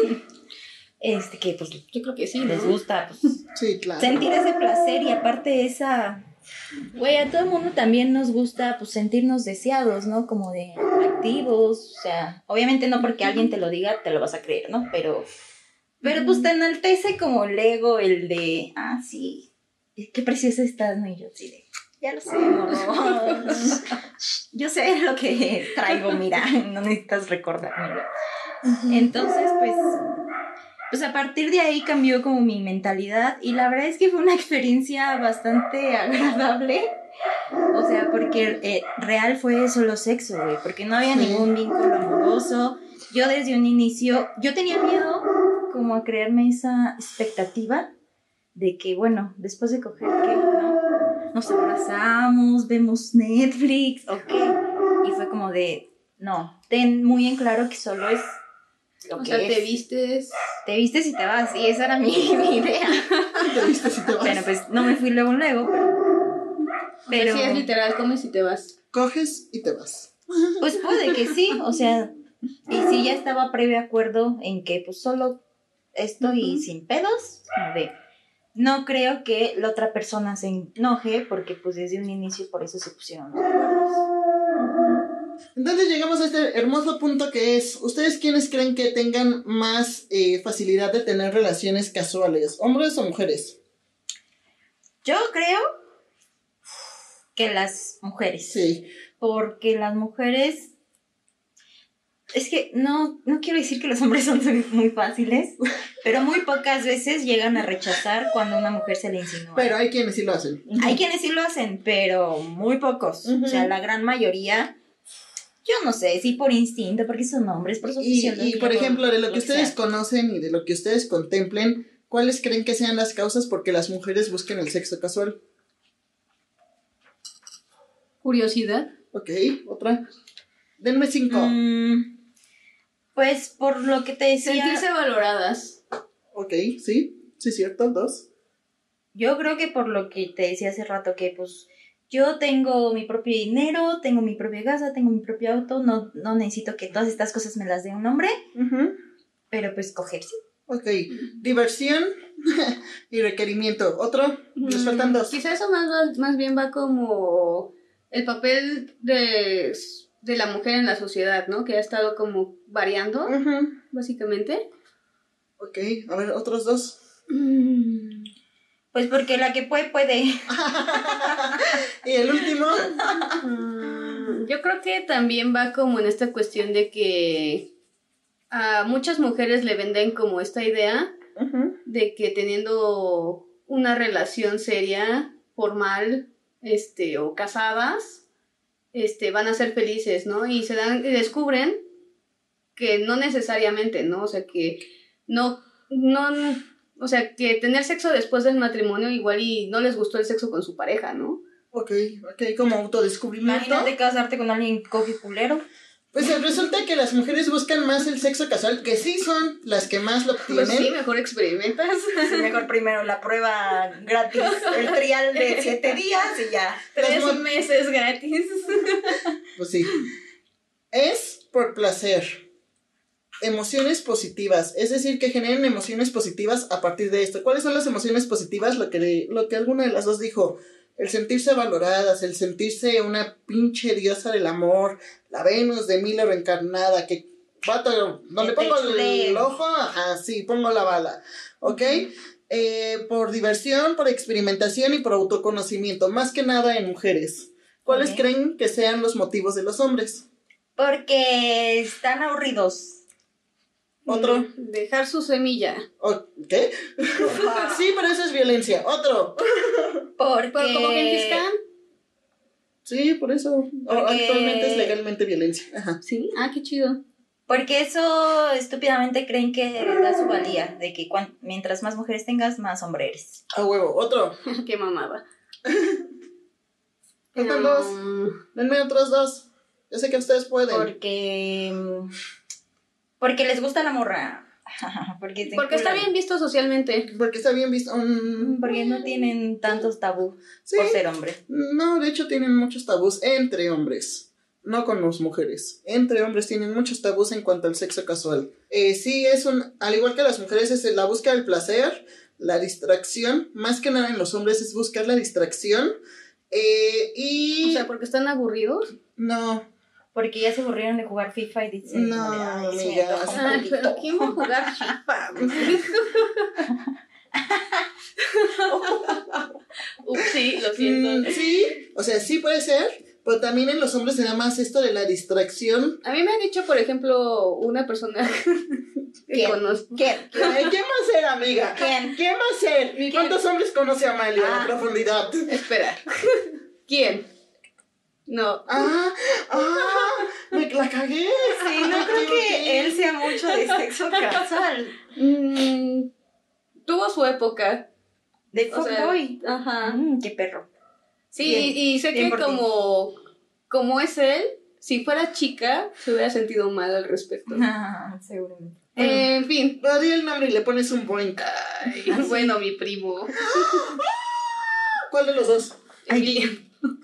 que pues Yo creo que sí, ¿no? les gusta pues, Sí, claro. sentir ese placer y aparte esa... Güey, a todo el mundo también nos gusta pues sentirnos deseados, ¿no? Como de atractivos, o sea, obviamente no porque alguien te lo diga te lo vas a creer, ¿no? Pero pues te enaltece como el ego, el de, sí, qué preciosa estás, ¿no? Y yo así de, ya lo sé, morro. Yo sé lo que traigo, mira, no necesitas recordármelo. Entonces, pues a partir de ahí cambió como mi mentalidad y la verdad es que fue una experiencia bastante agradable. O sea, porque real fue solo sexo, güey, porque no había ningún vínculo amoroso. Yo desde un inicio, yo tenía miedo como a crearme esa expectativa de que, bueno, después de coger, ¿qué? ¿No? Nos abrazamos, vemos Netflix, ¿o qué? Y fue como de, no, ten muy en claro que solo es lo O que sea, es. Te vistes y te vas, y esa era mi idea. Te vistes y te vas. Bueno, pues no me fui luego, pero... O sea, sí es literal, comes y te vas. Coges y te vas. Pues puede que sí, o sea, y sí ya estaba previo acuerdo en que pues solo esto y sin pedos, como de, no creo que la otra persona se enoje porque pues desde un inicio por eso se pusieron los acuerdos. Entonces llegamos a este hermoso punto que es, ¿ustedes quiénes creen que tengan más facilidad de tener relaciones casuales? ¿Hombres o mujeres? Yo creo que las mujeres. Sí. Porque las mujeres... Es que no quiero decir que los hombres son muy fáciles, pero muy pocas veces llegan a rechazar cuando una mujer se le insinúa. Pero hay quienes sí lo hacen. Hay quienes sí lo hacen, pero muy pocos. O sea, la gran mayoría, yo no sé, sí por instinto, porque son hombres, por su Y por ejemplo, de lo que ustedes conocen y de lo que ustedes contemplen, ¿cuáles creen que sean las causas por que las mujeres busquen el sexo casual? Curiosidad. Ok, otra. Denme 5. Pues por lo que te decía... Sentirse valoradas. Ok, sí, cierto, 2. Yo creo que por lo que te decía hace rato, que pues yo tengo mi propio dinero, tengo mi propia casa, tengo mi propio auto, no necesito que todas estas cosas me las dé un hombre, pero pues coger sí. Ok, diversión y requerimiento. ¿Otro? Nos faltan 2. Quizá eso más bien va como el papel de la mujer en la sociedad, ¿no? Que ha estado como variando, básicamente. Ok, a ver, otros 2. Pues porque la que puede. ¿Y el último? Yo creo que también va como en esta cuestión de que a muchas mujeres le venden como esta idea de que teniendo una relación seria, formal, o casadas, van a ser felices, ¿no? Y descubren que no necesariamente, ¿no? O sea, que o sea, que tener sexo después del matrimonio igual y no les gustó el sexo con su pareja, ¿no? Ok, como autodescubrimiento. Imagínate casarte con alguien coge culero. Pues resulta que las mujeres buscan más el sexo casual, que sí son las que más lo obtienen. Pues sí, mejor experimentas. Sí, mejor primero la prueba gratis, el trial de 7 días y ya. 3 meses gratis. Pues sí. Es por placer. Emociones positivas, es decir, que generen emociones positivas a partir de esto. ¿Cuáles son las emociones positivas? Lo que alguna de las dos dijo. El sentirse valoradas, el sentirse una pinche diosa del amor, la Venus de Milo reencarnada, que vato, donde pongo el ojo, sí, pongo la bala, ¿ok? Por diversión, por experimentación y por autoconocimiento, más que nada en mujeres. ¿Cuáles creen que sean los motivos de los hombres? Porque están aburridos. ¿Otro? Dejar su semilla. ¿Qué? Sí, pero eso es violencia. ¿Otro? Porque... ¿Por como Gengis Khan? Sí, por eso. Actualmente es legalmente violencia. Ajá. Sí, qué chido. Porque eso estúpidamente creen que da su valía, de que mientras más mujeres tengas, más hombre eres. A huevo. ¿Otro? Qué mamada. Faltan 2. Denme otros 2. Yo sé que ustedes pueden. Porque les gusta la morra. Porque está bien visto socialmente. Porque está bien visto. Porque no tienen tantos tabú Sí. por ser hombre. No, de hecho tienen muchos tabús entre hombres, no con las mujeres. Entre hombres tienen muchos tabús en cuanto al sexo casual. Sí, al igual que las mujeres, es la búsqueda del placer, la distracción. Más que nada en los hombres es buscar la distracción. O sea, porque están aburridos. No. Porque ya se aburrieron de jugar FIFA y dicen... No, como de, "Ay, sí, amiga. me antoja un Ay, poquito". pero ¿quién va a jugar FIFA? Sí, lo siento. Sí, o sea, sí puede ser, pero también en los hombres se da más esto de la distracción. A mí me ha dicho, por ejemplo, una persona que ¿Quién? conozco. ¿Quién? ¿Quién va a ser, amiga? ¿Quién? ¿Quién va a ser? ¿Quién? ¿Cuántos hombres conoce a Amalia en profundidad? Espera. ¿Quién? No. Me la cagué. Sí, no creo que él sea mucho de sexo casual. Tuvo su época. De O sea, fuckboy. ajá. Qué perro. Sí, Bien, y sé bien que por ti. como es él, si fuera chica, se hubiera sentido mal al respecto. Seguramente. En fin. Daría el nombre y le pones un boink. Ay, bueno, mi primo. ¿Cuál de los dos? Emilio.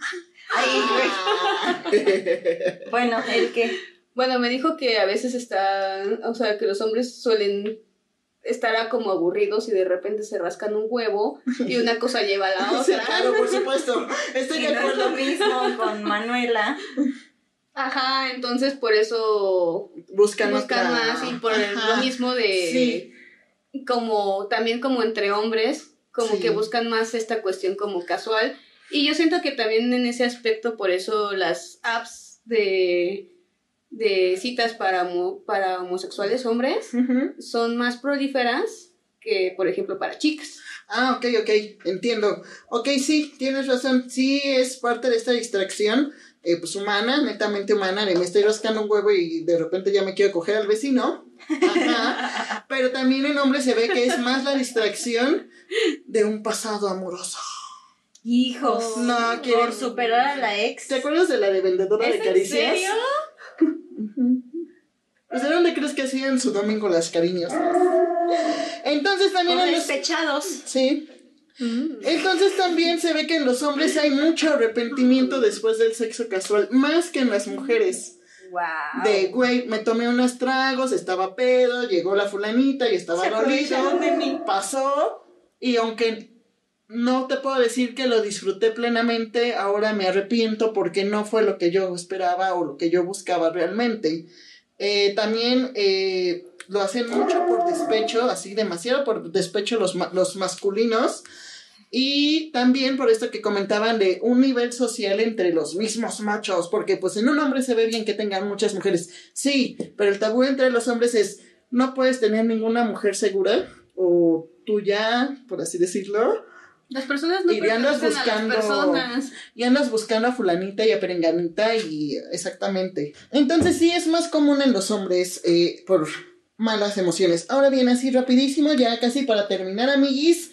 Bueno, el que... Bueno, me dijo que a veces o sea, que los hombres suelen estar como aburridos y de repente se rascan un huevo y una cosa lleva a la Sí, otra. claro, por supuesto. Estoy Y de no es acuerdo. lo mismo con Manuela. Ajá, entonces por eso Buscan buscan otra. más y por Ajá. lo mismo de como también como entre hombres, como Sí. que buscan más esta cuestión como casual. Y yo siento que también en ese aspecto, por eso las apps de citas para homosexuales hombres Ujú. son más prolíferas que, por ejemplo, para chicas. Ok, entiendo. Ok, sí, tienes razón. Sí, es parte de esta distracción, pues humana, netamente humana, de me estoy rascando un huevo y de repente ya me quiero coger al vecino. Ajá. Pero también en hombres se ve que es más la distracción de un pasado amoroso. Hijos. No, quieren Por superar a la ex. ¿Te acuerdas de la de vendedora de ¿Es en caricias? serio? Pues ¿de dónde crees que hacían su domingo las cariños? Entonces también Con en los... despechados. Sí. Entonces también se ve que en los hombres hay mucho arrepentimiento después del sexo casual, más que en las mujeres. Wow. De, güey, me tomé unos tragos, estaba pedo, llegó la fulanita y estaba Se dolido, aprovecharon de mí. pasó, y aunque no te puedo decir que lo disfruté plenamente, ahora me arrepiento porque no fue lo que yo esperaba o lo que yo buscaba realmente. También lo hacen mucho por despecho, así demasiado por despecho los masculinos. Y también por esto que comentaban de un nivel social entre los mismos machos, porque pues en un hombre se ve bien que tengan muchas mujeres, sí, pero el tabú entre los hombres es, no puedes tener ninguna mujer segura, o tuya, por así decirlo, Las personas no y andas pertenecen a las personas. y andas buscando a fulanita y a perenganita y exactamente. Entonces sí es más común en los hombres por malas emociones. Ahora bien, así rapidísimo, ya casi para terminar, amiguis,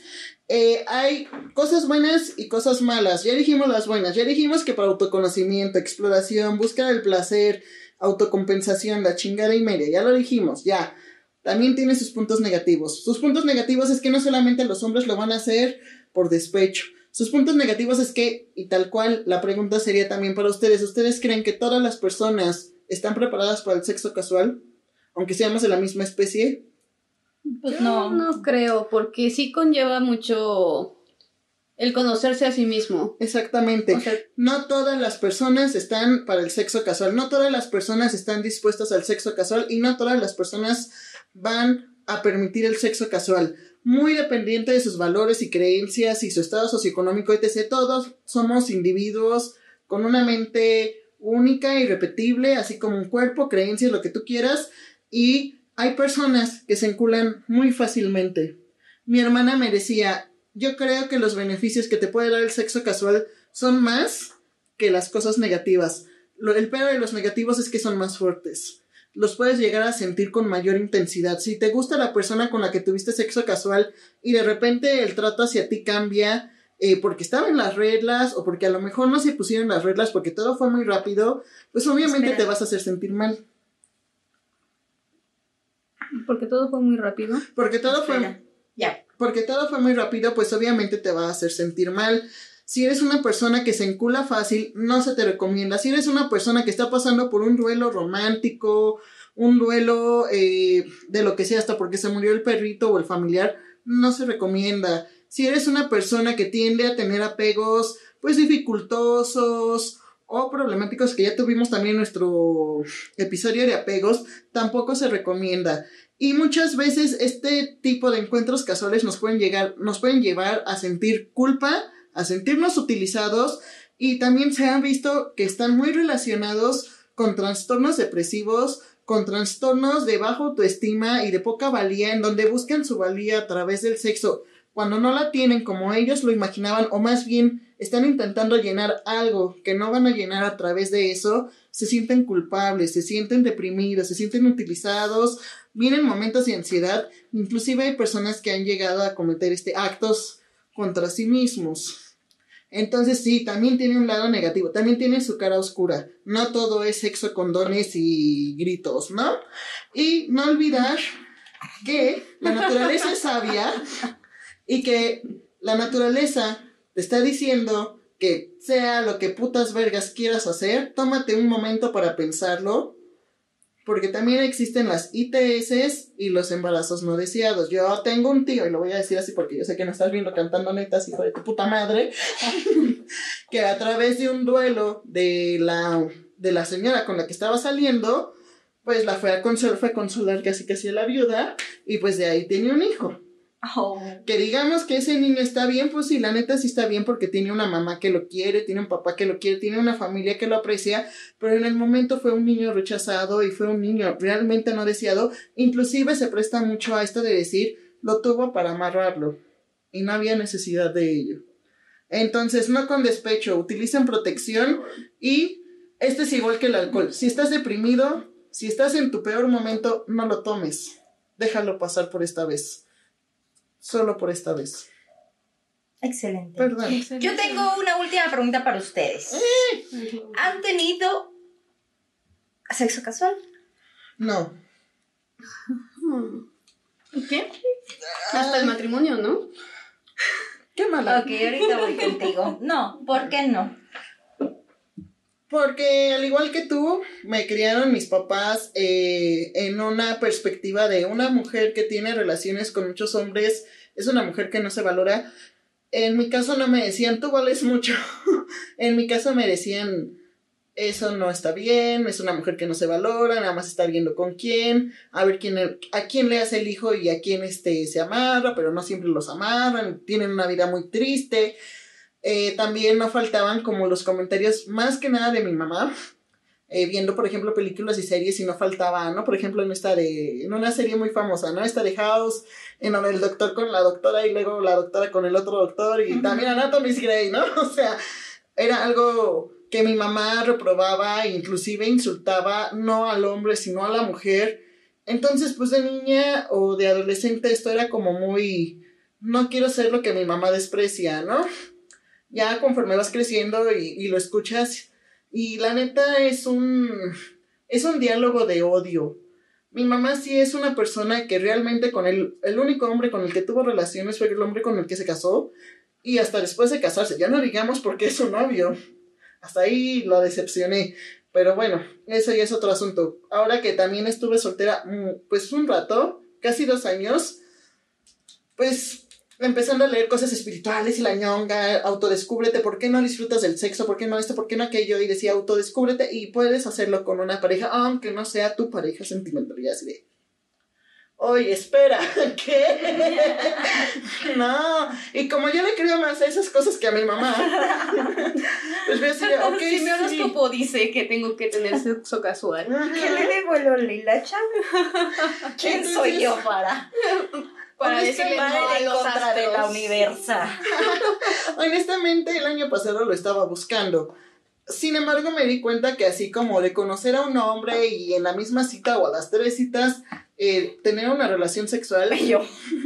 hay cosas buenas y cosas malas. Ya dijimos las buenas, ya dijimos que para autoconocimiento, exploración, búsqueda del placer, autocompensación, la chingada y media, ya lo dijimos, ya. También tiene sus puntos negativos. Sus puntos negativos es que no solamente los hombres lo van a hacer por despecho. Sus puntos negativos es que, y tal cual, la pregunta sería también para ustedes, ¿ustedes creen que todas las personas están preparadas para el sexo casual? Aunque seamos de la misma especie. Pues Yo no creo, porque sí conlleva mucho el conocerse a sí mismo. Exactamente. O sea, No todas las personas están para el sexo casual, no todas las personas están dispuestas al sexo casual y no todas las personas van a permitir el sexo casual. Muy dependiente de sus valores y creencias y su estado socioeconómico, etc. Todos somos individuos con una mente única, irrepetible, así como un cuerpo, creencias, lo que tú quieras, y hay personas que se enculan muy fácilmente. Mi hermana me decía, yo creo que los beneficios que te puede dar el sexo casual son más que las cosas negativas. El peor de los negativos es que son más fuertes. Los puedes llegar a sentir con mayor intensidad. Si te gusta la persona con la que tuviste sexo casual y de repente el trato hacia ti cambia porque estaban las reglas o porque a lo mejor no se pusieron las reglas porque todo fue muy rápido, pues obviamente te vas a hacer sentir mal. Porque todo fue muy rápido. Porque todo fue muy rápido, pues obviamente te va a hacer sentir mal. Si eres una persona que se encula fácil, no se te recomienda. Si eres una persona que está pasando por un duelo romántico, un duelo de lo que sea, hasta porque se murió el perrito o el familiar, no se recomienda. Si eres una persona que tiende a tener apegos, pues dificultosos o problemáticos, que ya tuvimos también nuestro episodio de apegos, tampoco se recomienda. Y muchas veces este tipo de encuentros casuales nos pueden llevar a sentir culpa, a sentirnos utilizados, y también se han visto que están muy relacionados con trastornos depresivos, con trastornos de baja autoestima y de poca valía, en donde buscan su valía a través del sexo, cuando no la tienen como ellos lo imaginaban, o más bien están intentando llenar algo que no van a llenar a través de eso, se sienten culpables, se sienten deprimidos, se sienten utilizados, vienen momentos de ansiedad, inclusive hay personas que han llegado a cometer actos contra sí mismos. Entonces sí, también tiene un lado negativo, también tiene su cara oscura. No todo es sexo, condones y gritos, ¿no? Y no olvidar que la naturaleza es sabia y que la naturaleza te está diciendo que sea lo que putas vergas quieras hacer, tómate un momento para pensarlo, porque también existen las ITS y los embarazos no deseados. Yo tengo un tío, y lo voy a decir así porque yo sé que no estás viendo Cantando Netas, hijo de tu puta madre, que a través de un duelo de la señora con la que estaba saliendo, pues la fue a consolar casi a la viuda, y pues de ahí tiene un hijo. Oh. Que digamos que ese niño está bien, pues sí, la neta sí está bien, porque tiene una mamá que lo quiere, tiene un papá que lo quiere, tiene una familia que lo aprecia, pero en el momento fue un niño rechazado y fue un niño realmente no deseado. Inclusive se presta mucho a esto de decir, lo tuvo para amarrarlo y no había necesidad de ello. Entonces, no con despecho, utilicen protección, y esto es igual que el alcohol. Si estás deprimido, si estás en tu peor momento, no lo tomes, déjalo pasar por esta vez. Solo por esta vez. Excelente. Perdón. Yo tengo una última pregunta para ustedes. ¿Han tenido sexo casual? No. ¿Y qué? Hasta el matrimonio, ¿no? Qué mala. Ok, ahorita voy contigo. No, ¿por qué no? Porque al igual que tú, me criaron mis papás en una perspectiva de una mujer que tiene relaciones con muchos hombres, es una mujer que no se valora. En mi caso no me decían, tú vales mucho. En mi caso me decían, eso no está bien, es una mujer que no se valora, nada más está viendo con quién, a ver a quién le hace el hijo y a quién se amarra, pero no siempre los amarran, tienen una vida muy triste. También no faltaban como los comentarios más que nada de mi mamá, viendo por ejemplo películas y series, y no faltaba, ¿no? Por ejemplo en una serie muy famosa, ¿no? Esta de House, en donde el doctor con la doctora y luego la doctora con el otro doctor, y también Anatomy's Grey, ¿no? O sea, era algo que mi mamá reprobaba e inclusive insultaba no al hombre sino a la mujer. Entonces pues de niña o de adolescente esto era como muy, no quiero ser lo que mi mamá desprecia, ¿no? Ya conforme vas creciendo y lo escuchas, y la neta es un diálogo de odio. Mi mamá sí es una persona que realmente con el único hombre con el que tuvo relaciones fue el hombre con el que se casó, y hasta después de casarse, ya no digamos porque es su novio, hasta ahí lo decepcioné, pero bueno, eso ya es otro asunto. Ahora que también estuve soltera, pues un rato, casi 2 años, pues empezando a leer cosas espirituales y la ñonga, autodescúbrete, ¿por qué no disfrutas del sexo? ¿Por qué no esto? ¿Por qué no aquello? Y decía, autodescúbrete, y puedes hacerlo con una pareja, aunque no sea tu pareja sentimental. Y así de, oye, espera, ¿qué? No, y como yo le creo más a esas cosas que a mi mamá, pues voy a decir, ok, si mi horóscopo dice que tengo que tener sexo casual. ¿Qué le debo el Olilacha? ¿Quién soy yo para decirle no a en los contra de la astros? universa? Honestamente, el año pasado lo estaba buscando. Sin embargo, me di cuenta que así como de conocer a un hombre y en la misma cita o a las 3 citas, tener una relación sexual, Yo.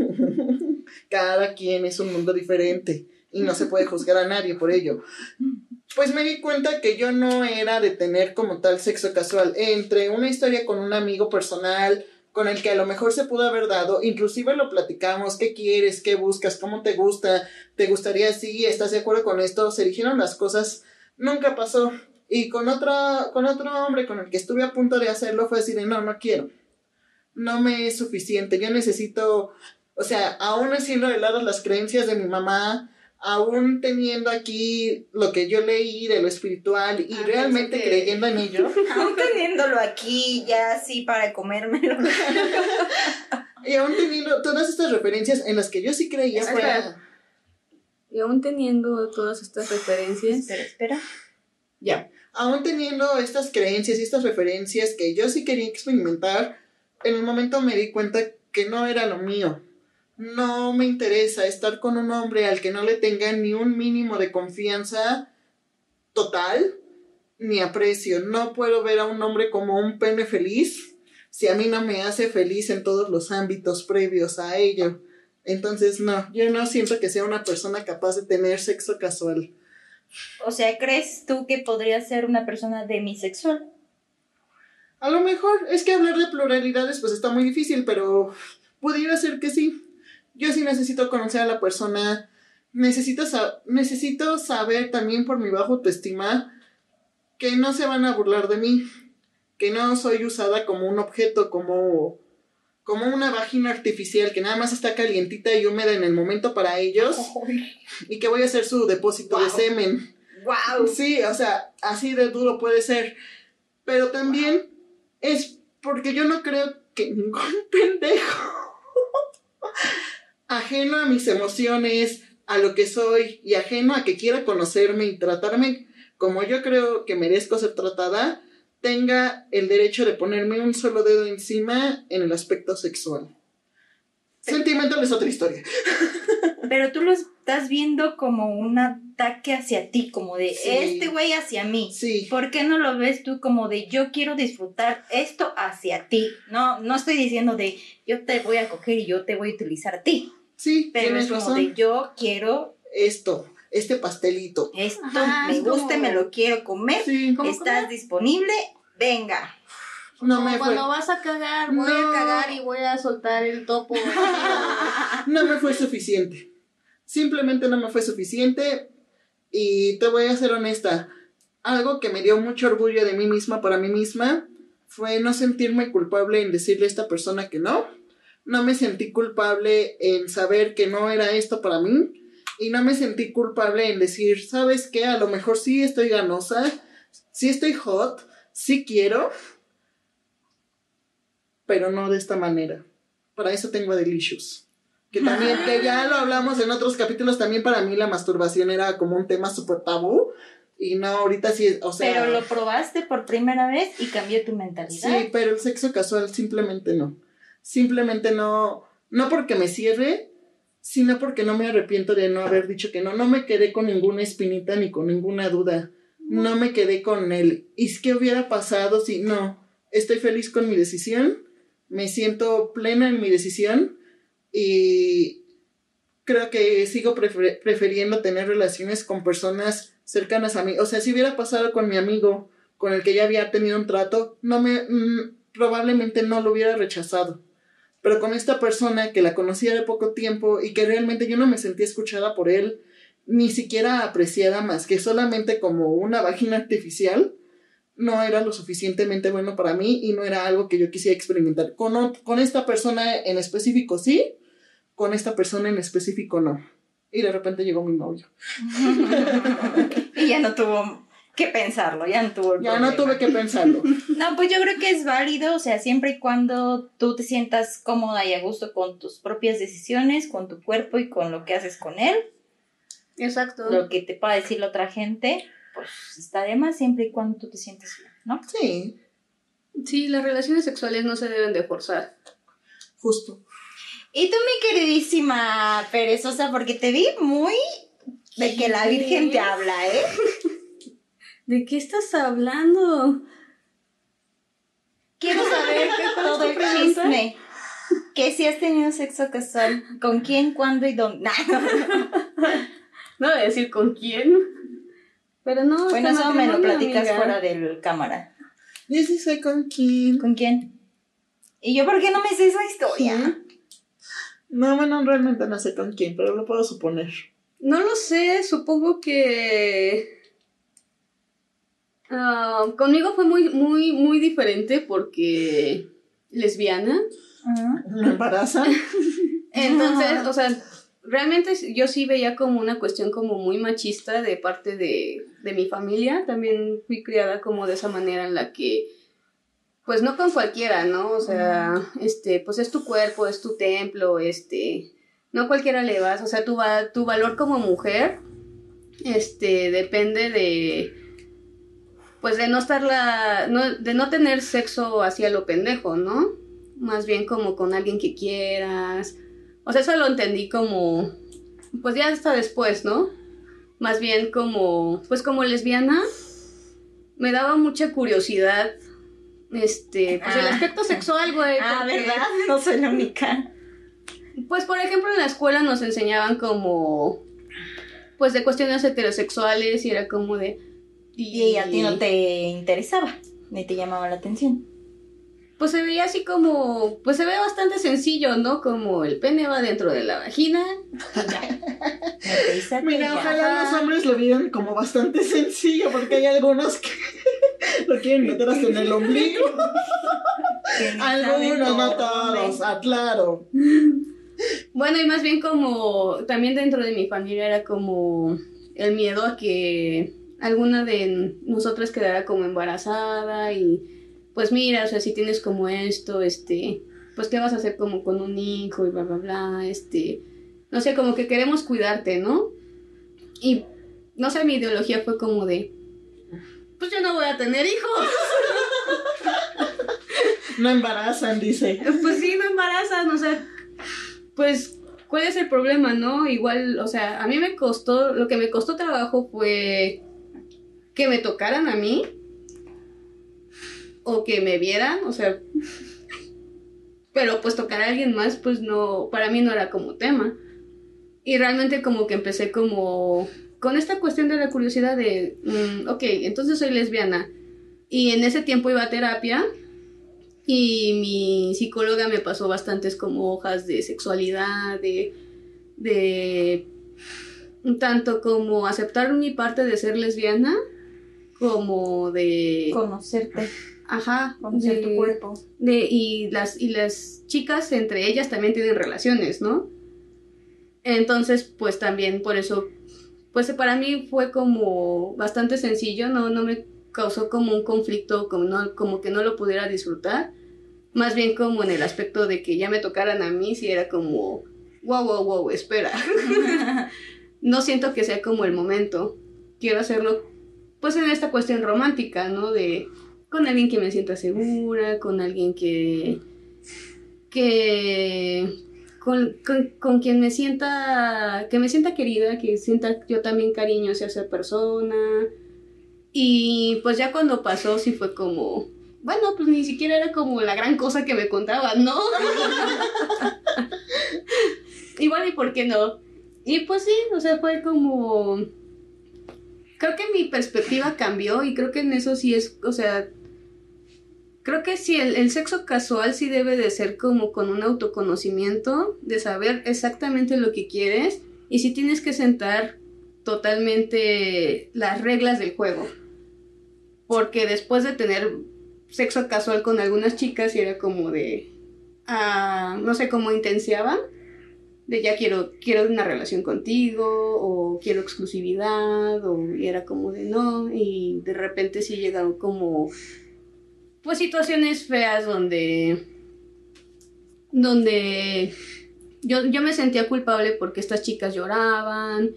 cada quien es un mundo diferente y no se puede juzgar a nadie por ello. Pues me di cuenta que yo no era de tener como tal sexo casual. Entre una historia con un amigo personal, con el que a lo mejor se pudo haber dado, inclusive lo platicamos, qué quieres, qué buscas, cómo te gusta, te gustaría así, estás de acuerdo con esto, se dijeron las cosas, nunca pasó. Y con otro hombre con el que estuve a punto de hacerlo fue decir, no quiero, no me es suficiente, yo necesito, o sea, aún haciendo de lado las creencias de mi mamá, aún teniendo aquí lo que yo leí de lo espiritual y realmente creyendo en ello. Aún teniéndolo aquí ya así para comérmelo. Y aún teniendo todas estas referencias en las que yo sí creía. Y aún teniendo todas estas referencias. Espera. Ya. Aún teniendo estas creencias y estas referencias que yo sí quería experimentar, en el momento me di cuenta que no era lo mío. No me interesa estar con un hombre al que no le tenga ni un mínimo de confianza total ni aprecio. No puedo ver a un hombre como un pene feliz si a mí no me hace feliz en todos los ámbitos previos a ello. Entonces no, yo no siento que sea una persona capaz de tener sexo casual. O sea, ¿crees tú que podría ser una persona demisexual? A lo mejor, es que hablar de pluralidades pues está muy difícil, pero pudiera ser que sí. Yo sí necesito conocer a la persona, necesito saber también por mi baja autoestima que no se van a burlar de mí, que no soy usada como un objeto, como una vagina artificial que nada más está calientita y húmeda en el momento para ellos y que voy a ser su depósito de semen. ¡Wow! Sí, o sea, así de duro puede ser, pero también es porque yo no creo que ningún pendejo ajeno a mis emociones, a lo que soy y ajeno a que quiera conocerme y tratarme como yo creo que merezco ser tratada, tenga el derecho de ponerme un solo dedo encima en el aspecto sexual. Sentimental es otra historia. Pero tú lo estás viendo como un ataque hacia ti, como de este güey hacia mí. Sí. ¿Por qué no lo ves tú como de yo quiero disfrutar esto hacia ti? No estoy diciendo de yo te voy a coger y yo te voy a utilizar a ti. Sí, pero es como razón. De yo quiero este pastelito. Esto me gusta, me lo quiero comer. Sí. ¿Estás disponible? Venga. Cuando vas a cagar, voy a cagar y voy a soltar el topo. No me fue suficiente. Simplemente no me fue suficiente. Y te voy a ser honesta. Algo que me dio mucho orgullo de mí misma para mí misma fue no sentirme culpable en decirle a esta persona que no. No me sentí culpable en saber que no era esto para mí. Y no me sentí culpable en decir, ¿sabes qué? A lo mejor sí estoy ganosa, sí estoy hot, sí quiero, pero no de esta manera. Para eso tengo a Delicious. Que también, que ya lo hablamos en otros capítulos, también para mí la masturbación era como un tema súper tabú. Y no, ahorita sí, o sea... Pero lo probaste por primera vez y cambió tu mentalidad. Sí, pero el sexo casual simplemente no. Simplemente no porque me cierre, sino porque no me arrepiento de no haber dicho que no. No me quedé con ninguna espinita ni con ninguna duda. No me quedé con él. ¿Y qué hubiera pasado si no? Estoy feliz con mi decisión. Me siento plena en mi decisión. Y creo que sigo prefiriendo tener relaciones con personas cercanas a mí. O sea, si hubiera pasado con mi amigo, con el que ya había tenido un trato, probablemente no lo hubiera rechazado. Pero con esta persona que la conocía de poco tiempo y que realmente yo no me sentía escuchada por él, ni siquiera apreciada más que solamente como una vagina artificial, no era lo suficientemente bueno para mí y no era algo que yo quisiera experimentar. Con esta persona en específico sí, con esta persona en específico no. Y de repente llegó mi novio. Y ya no tuvo que pensarlo, ya no tuve que pensarlo. No, pues yo creo que es válido, o sea, siempre y cuando tú te sientas cómoda y a gusto con tus propias decisiones, con tu cuerpo y con lo que haces con él. Exacto. Lo que te pueda decir la otra gente, pues está de más siempre y cuando tú te sientes bien, ¿no? Sí. Sí, las relaciones sexuales no se deben de forzar. Justo. Y tú, mi queridísima perezosa, porque te vi muy de que la Virgen te habla, ¿eh? ¿De qué estás hablando? Quiero saber todo el chisme. Que si has tenido sexo casual, ¿con quién, cuándo y dónde? No voy a decir con quién. Pero no. Bueno, eso me lo platicas fuera del cámara. Yo sí sé con quién. ¿Con quién? Y yo, ¿por qué no me sé esa historia? Sí. No, bueno, realmente no sé con quién, pero lo puedo suponer. No lo sé, supongo que... conmigo fue muy diferente porque lesbiana. ¿Me embaraza? Entonces, o sea, realmente yo sí veía como una cuestión como muy machista de parte de mi familia. También fui criada como de esa manera en la que, pues no con cualquiera, ¿no? O sea, pues es tu cuerpo, es tu templo, no cualquiera le vas. O sea, tu valor como mujer, depende de... Pues de no de no tener sexo hacia lo pendejo, ¿no? Más bien como con alguien que quieras. O sea, eso lo entendí como, pues ya hasta después, ¿no? Más bien como, pues como lesbiana, me daba mucha curiosidad, pues el aspecto sexual, güey. Porque, ¿verdad? No soy la única. pues, por ejemplo, en la escuela nos enseñaban como, pues, de cuestiones heterosexuales y era como de... Y a ti no te interesaba, ni te llamaba la atención. Pues se veía así como, pues se ve bastante sencillo, ¿no? Como el pene va dentro de la vagina. Mira, ojalá los hombres lo vieran como bastante sencillo, porque hay algunos que lo quieren meter hasta en el ombligo. Algunos, no todos, claro. Bueno, y más bien como, también dentro de mi familia era como el miedo a que alguna de nosotras quedara como embarazada y... Pues mira, o sea, si tienes como esto, pues qué vas a hacer como con un hijo y bla, bla, bla, no sé, como que queremos cuidarte, ¿no? Y, no sé, mi ideología fue como de, pues yo no voy a tener hijos. No embarazan, dice. Pues sí, no embarazan, o sea, pues, ¿cuál es el problema, no? Igual, o sea, a mí lo que me costó trabajo fue que me tocaran a mí, o que me vieran, o sea, pero pues tocar a alguien más, pues no, para mí no era como tema. Y realmente como que empecé como con esta cuestión de la curiosidad de, ok, entonces soy lesbiana. Y en ese tiempo iba a terapia y mi psicóloga me pasó bastantes como hojas de sexualidad, de tanto como aceptar mi parte de ser lesbiana, como de... Conocerte. Ajá, conocer tu cuerpo. Y las chicas entre ellas también tienen relaciones, ¿no? Entonces, pues también por eso, pues para mí fue como bastante sencillo, no me causó como un conflicto, como que no lo pudiera disfrutar. Más bien como en el aspecto de que ya me tocaran a mí, si era como, wow, espera. No siento que sea como el momento. Quiero hacerlo, pues en esta cuestión romántica, ¿no? Con alguien que me sienta segura, con alguien con quien me sienta querida, que sienta yo también cariño hacia esa persona. Y pues ya cuando pasó sí fue como, bueno, pues ni siquiera era como la gran cosa que me contaban, ¿no? Igual, ¿y por qué no? Y pues sí, o sea, fue como... Creo que mi perspectiva cambió y creo que en eso sí es, o sea... Creo que sí, el sexo casual sí debe de ser como con un autoconocimiento, de saber exactamente lo que quieres y sí tienes que sentar totalmente las reglas del juego. Porque después de tener sexo casual con algunas chicas y era como de... no sé cómo intensiaban, de ya quiero una relación contigo o quiero exclusividad y era como de no y de repente sí llegaron como... pues situaciones feas donde yo me sentía culpable porque estas chicas lloraban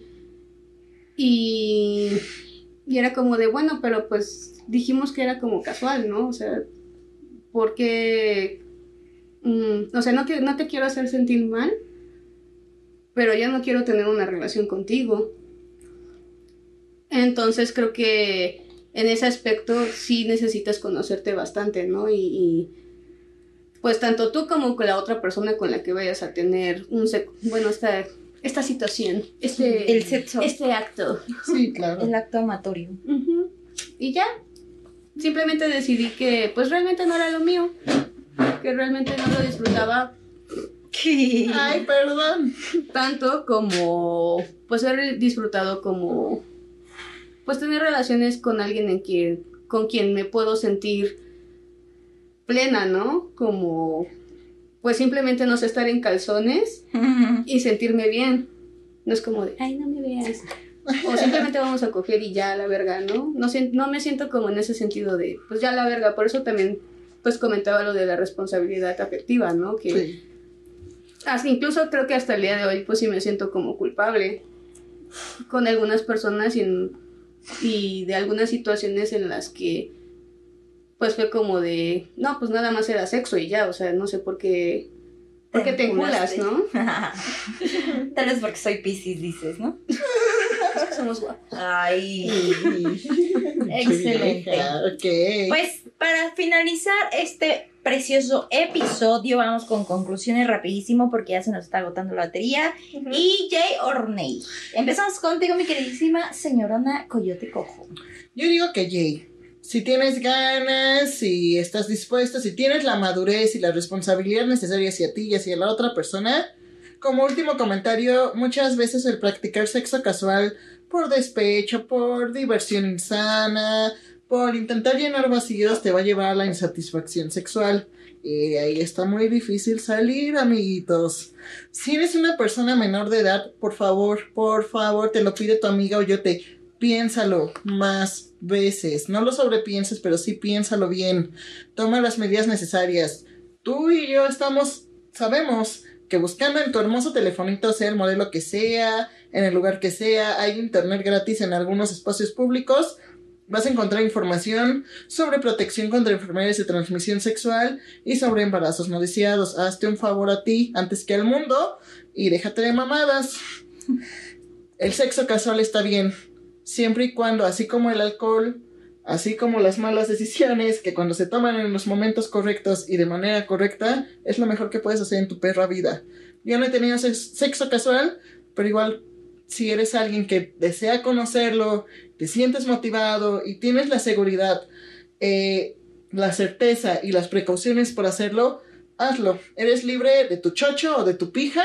y era como de bueno, pero pues dijimos que era como casual, ¿no? O sea, porque o sea, no te quiero hacer sentir mal, pero ya no quiero tener una relación contigo. Entonces creo que en ese aspecto sí necesitas conocerte bastante, ¿no? Y pues tanto tú como con la otra persona con la que vayas a tener esta situación, el sexo, este acto. Sí, claro. El acto amatorio. Uh-huh. Y ya, simplemente decidí que pues realmente no era lo mío. que realmente no lo disfrutaba Ay, perdón. tanto como pues haber disfrutado como pues tener relaciones con alguien con quien me puedo sentir plena, ¿no? Como pues simplemente no sé, estar en calzones y sentirme bien. No es como de, ay, no me veas. O simplemente vamos a coger y ya, la verga, ¿no? No me siento como en ese sentido de, pues ya la verga. Por eso también, pues comentaba lo de la responsabilidad afectiva, ¿no? Que Sí. incluso creo que hasta el día de hoy, pues sí me siento como culpable con algunas personas y de algunas situaciones en las que, pues fue como de, no, pues nada más era sexo y ya, o sea, no sé por qué te enculas, ¿no? Tal vez porque soy Piscis, dices, ¿no? Es que somos guapos. Ay, excelente. Ok. Pues para finalizar este precioso episodio, vamos con conclusiones rapidísimo porque ya se nos está agotando la batería. Y Jay or Nay. Empezamos contigo, mi queridísima señorona Coyote Cojo. Yo digo que Jay. Si tienes ganas, si estás dispuesta, si tienes la madurez y la responsabilidad necesaria hacia ti y hacia la otra persona. Como último comentario, muchas veces el practicar sexo casual por despecho, por diversión insana, por intentar llenar vacíos te va a llevar a la insatisfacción sexual. Y ahí está muy difícil salir, amiguitos. Si eres una persona menor de edad, por favor, te lo pide tu amiga o yo te... Piénsalo más veces. No lo sobrepienses, pero sí piénsalo bien. Toma las medidas necesarias. Tú y yo sabemos que buscando en tu hermoso telefonito, sea el modelo que sea, en el lugar que sea, hay internet gratis en algunos espacios públicos. Vas a encontrar información sobre protección contra enfermedades de transmisión sexual y sobre embarazos no deseados. Hazte un favor a ti antes que al mundo y déjate de mamadas. El sexo casual está bien, siempre y cuando, así como el alcohol, así como las malas decisiones, que cuando se toman en los momentos correctos y de manera correcta, es lo mejor que puedes hacer en tu perra vida. Yo no he tenido sexo casual, pero igual, si eres alguien que desea conocerlo, te sientes motivado y tienes la seguridad, la certeza y las precauciones por hacerlo, hazlo. Eres libre de tu chocho o de tu pija.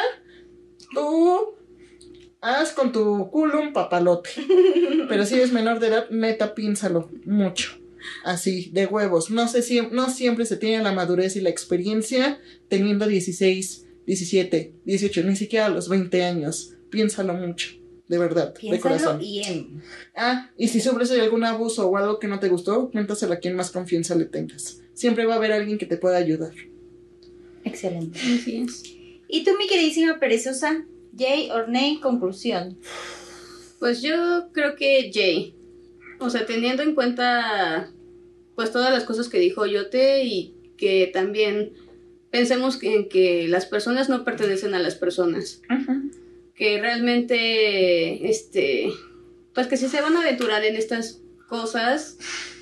Tú haz con tu culo un papalote. Pero si eres menor de edad, neta, piénsalo mucho. Así, de huevos. No siempre se tiene la madurez y la experiencia teniendo 16, 17, 18, ni siquiera a los 20 años. Piénsalo mucho. De verdad, de corazón. Bien. Y si sufres de algún abuso o algo que no te gustó, cuéntaselo a quien más confianza le tengas. Siempre va a haber alguien que te pueda ayudar. Excelente. Así es. ¿Y tú, mi queridísima perezosa? Jay or Nay, conclusión. Pues yo creo que Jay. O sea, teniendo en cuenta pues todas las cosas que dijo Yote y que también pensemos en que las personas no pertenecen a las personas. Uh-huh. Que realmente, pues que si se van a aventurar en estas cosas,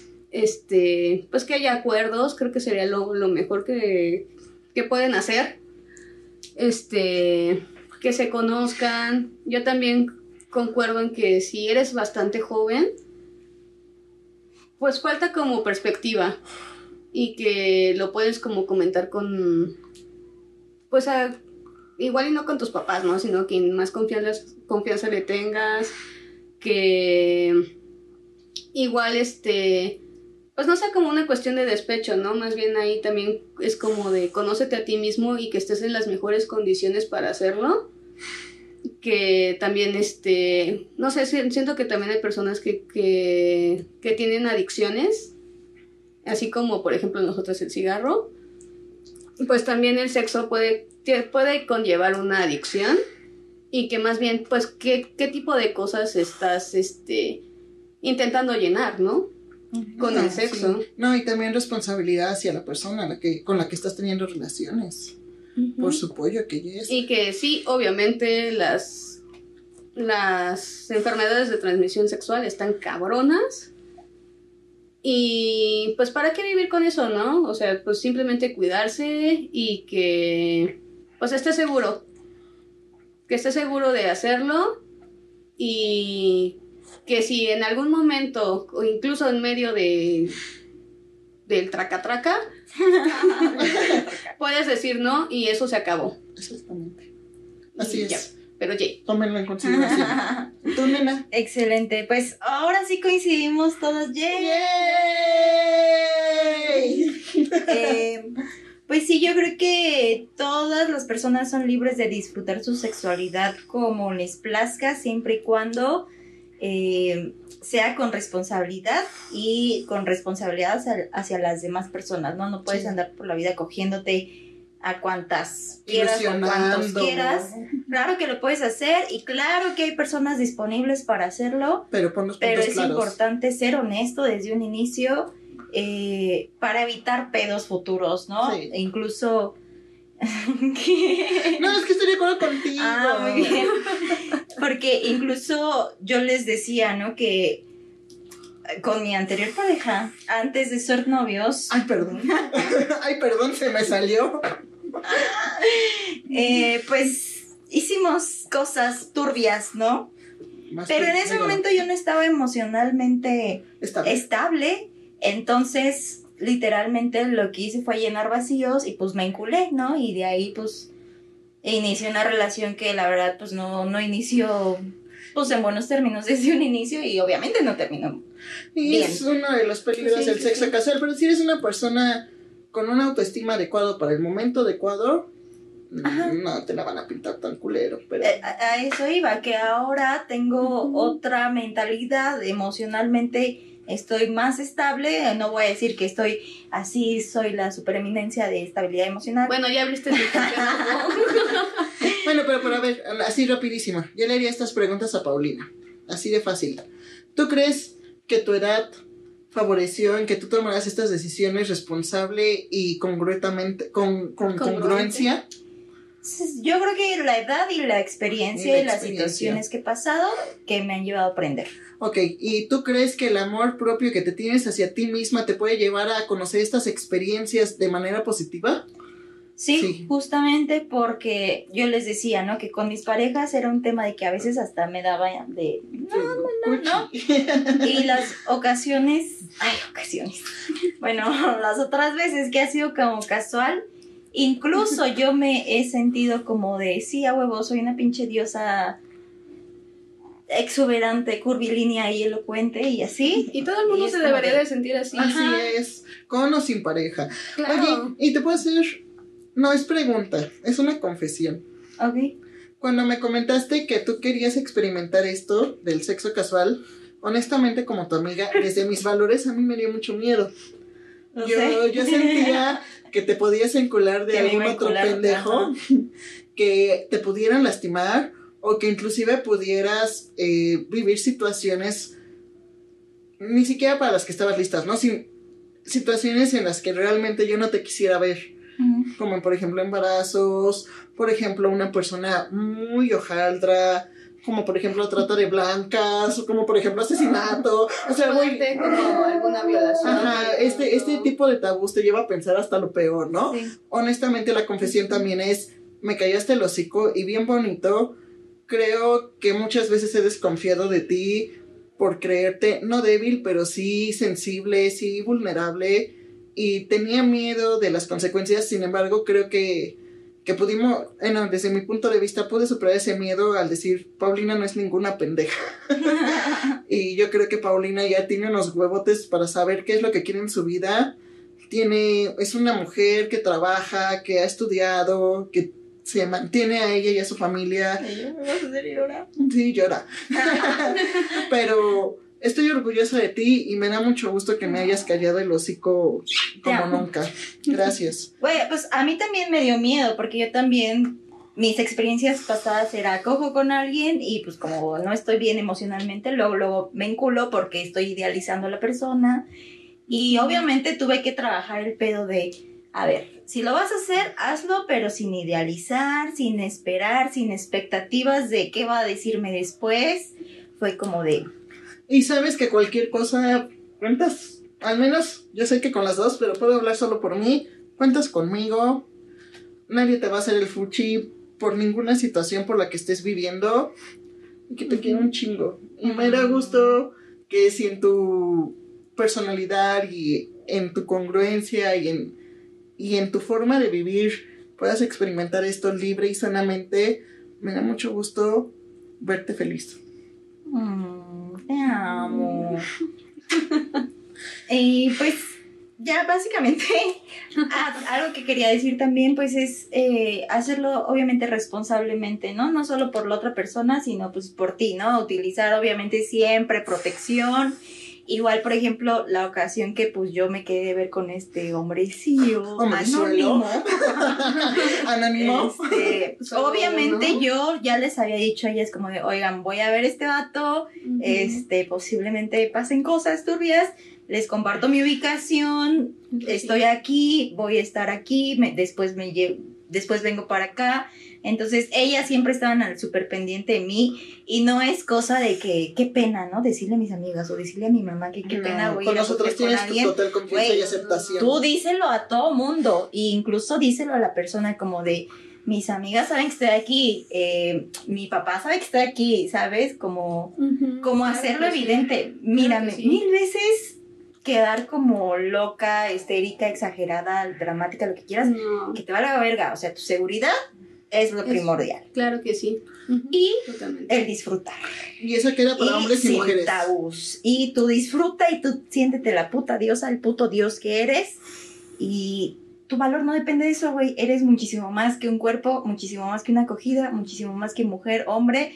pues que haya acuerdos, creo que sería lo mejor que pueden hacer. Que se conozcan. Yo también concuerdo en que si eres bastante joven, pues falta como perspectiva y que lo puedes como comentar con, pues igual y no con tus papás, ¿no? Sino quien más confianza le tengas, que igual pues no sea como una cuestión de despecho, ¿no? Más bien ahí también es como de conócete a ti mismo y que estés en las mejores condiciones para hacerlo. Que también, no sé, siento que también hay personas que tienen adicciones, así como, por ejemplo, nosotros el cigarro. Pues también el sexo puede conllevar una adicción y que más bien, pues, ¿qué tipo de cosas estás, intentando llenar, ¿no? Con el sexo. Sí. No, y también responsabilidad hacia la persona con la que estás teniendo relaciones. Uh-huh. Por su pollo que yes. Y que sí, obviamente las enfermedades de transmisión sexual están cabronas. Y pues ¿para qué vivir con eso, no? O sea, pues simplemente cuidarse y que pues esté seguro. Que esté seguro de hacerlo. Y que si en algún momento, o incluso en medio de del traca-traca, puedes decir no y eso se acabó. Exactamente. Así es. Ya. Pero Jay. Tómenlo en consideración. ¿Tú, nena? Excelente, pues ahora sí coincidimos todos. ¡Yay! Pues sí, yo creo que todas las personas son libres de disfrutar su sexualidad como les plazca, siempre y cuando sea con responsabilidad y con responsabilidad hacia las demás personas, ¿no? No puedes andar por la vida cogiéndote a cuantas quieras o cuantos quieras. Claro que lo puedes hacer y claro que hay personas disponibles para hacerlo, pero pon los pero puntos es claros. importante ser honesto desde un inicio para evitar pedos futuros, ¿no? Sí. E incluso... No, es que estoy de acuerdo contigo. Muy bien. Porque incluso yo les decía, ¿no? Que con mi anterior pareja, antes de ser novios... Ay, perdón. Ay, perdón, se me salió. Pues hicimos cosas turbias, ¿no? Pero en ese momento yo no estaba emocionalmente estable. Entonces, literalmente lo que hice fue llenar vacíos y pues me enculé, ¿no? Y de ahí pues inicié una relación que la verdad pues no inició pues en buenos términos desde un inicio y obviamente no terminó y bien. Es uno de los peligros del sexo casual, pero si eres una persona con una autoestima adecuada para el momento adecuado, no te la van a pintar tan culero. Pero a eso iba, que ahora tengo otra mentalidad, emocionalmente estoy más estable, no voy a decir que estoy así, soy la supereminencia de estabilidad emocional. Bueno, ya abriste tu campeonato. Bueno, pero a ver, así rapidísimo, yo le haría estas preguntas a Paulina, así de fácil. ¿Tú crees que tu edad favoreció en que tú tomaras estas decisiones responsable y congruentamente, con congruencia? Yo creo que la edad y la experiencia y las situaciones que he pasado que me han llevado a aprender. Ok, ¿y tú crees que el amor propio que te tienes hacia ti misma te puede llevar a conocer estas experiencias de manera positiva? Sí, justamente porque yo les decía, ¿no? Que con mis parejas era un tema de que a veces hasta me daba de... No. Y las ocasiones... Bueno, las otras veces que ha sido como casual, incluso yo me he sentido como de, sí, a huevo, soy una pinche diosa exuberante, curvilínea y elocuente y así. Y todo el mundo se debería de sentir así. Así es, con o sin pareja. Claro. Oye, y te puedo hacer... No es pregunta, es una confesión. Ok. Cuando me comentaste que tú querías experimentar esto del sexo casual, honestamente como tu amiga, desde mis valores a mí me dio mucho miedo. Yo sentía que te podías encular de algún otro pendejo, que te pudieran lastimar o que inclusive pudieras vivir situaciones ni siquiera para las que estabas listas, ¿no? Situaciones en las que realmente yo no te quisiera ver. Como por ejemplo embarazos, por ejemplo una persona muy hojaldra, como por ejemplo trata de blancas, o como por ejemplo asesinato, o sea, muy... como alguna violación. Ajá, este tipo de tabús te lleva a pensar hasta lo peor, ¿no? Sí. Honestamente la confesión también es, me callaste el hocico y bien bonito, creo que muchas veces he desconfiado de ti por creerte, no débil, pero sí sensible, sí vulnerable, y tenía miedo de las consecuencias. Sin embargo, creo que pudimos, desde mi punto de vista, pude superar ese miedo al decir, Paulina no es ninguna pendeja. Y yo creo que Paulina ya tiene unos huevotes para saber qué es lo que quiere en su vida. Es una mujer que trabaja, que ha estudiado, que se mantiene a ella y a su familia. ¿Me vas a hacer llorar? Sí, llora. Pero estoy orgullosa de ti y me da mucho gusto que me hayas callado el hocico como nunca. Gracias. Bueno, pues a mí también me dio miedo porque yo también, mis experiencias pasadas era cojo con alguien y pues como no estoy bien emocionalmente, luego me enculo porque estoy idealizando a la persona y obviamente tuve que trabajar el pedo de, a ver, si lo vas a hacer, hazlo, pero sin idealizar, sin esperar, sin expectativas de qué va a decirme después. Fue como de... Y sabes que cualquier cosa cuentas, al menos yo sé que con las dos, pero puedo hablar solo por mí, cuentas conmigo, nadie te va a hacer el fuchi por ninguna situación por la que estés viviendo, y que te quiero un chingo. Y me da gusto que si en tu personalidad y en tu congruencia y en tu forma de vivir puedas experimentar esto libre y sanamente. Me da mucho gusto verte feliz. Te amo. Y pues ya básicamente algo que quería decir también pues es hacerlo obviamente responsablemente, ¿no? No solo por la otra persona, sino pues por ti, ¿no? Utilizar obviamente siempre protección. Igual, por ejemplo, la ocasión que pues yo me quedé de ver con este hombrecillo anónimo. Anónimo. Obviamente yo ya les había dicho a ellas como de, oigan, voy a ver este vato, posiblemente pasen cosas turbias, les comparto mi ubicación, estoy aquí, voy a estar aquí, después vengo para acá. Entonces ellas siempre estaban al súper pendiente de mí y no es cosa de que qué pena, ¿no? Decirle a mis amigas o decirle a mi mamá que qué pena voy a ir a nosotros coger con tienes alguien. tu total confianza y aceptación. Tú díselo a todo mundo e incluso díselo a la persona como de mis amigas saben que estoy aquí, mi papá sabe que estoy aquí, ¿sabes? Como hacerlo evidente. Mírame, 1000 veces quedar como loca, histérica, exagerada, dramática, lo que quieras, que te valga verga. O sea, tu seguridad es lo primordial. Claro que sí. Y totalmente. el disfrutar. Y eso queda para hombres y mujeres. Tabús. Y tú disfruta y tú siéntete la puta diosa, el puto dios que eres. Y tu valor no depende de eso, güey. Eres muchísimo más que un cuerpo, muchísimo más que una acogida, muchísimo más que mujer, hombre.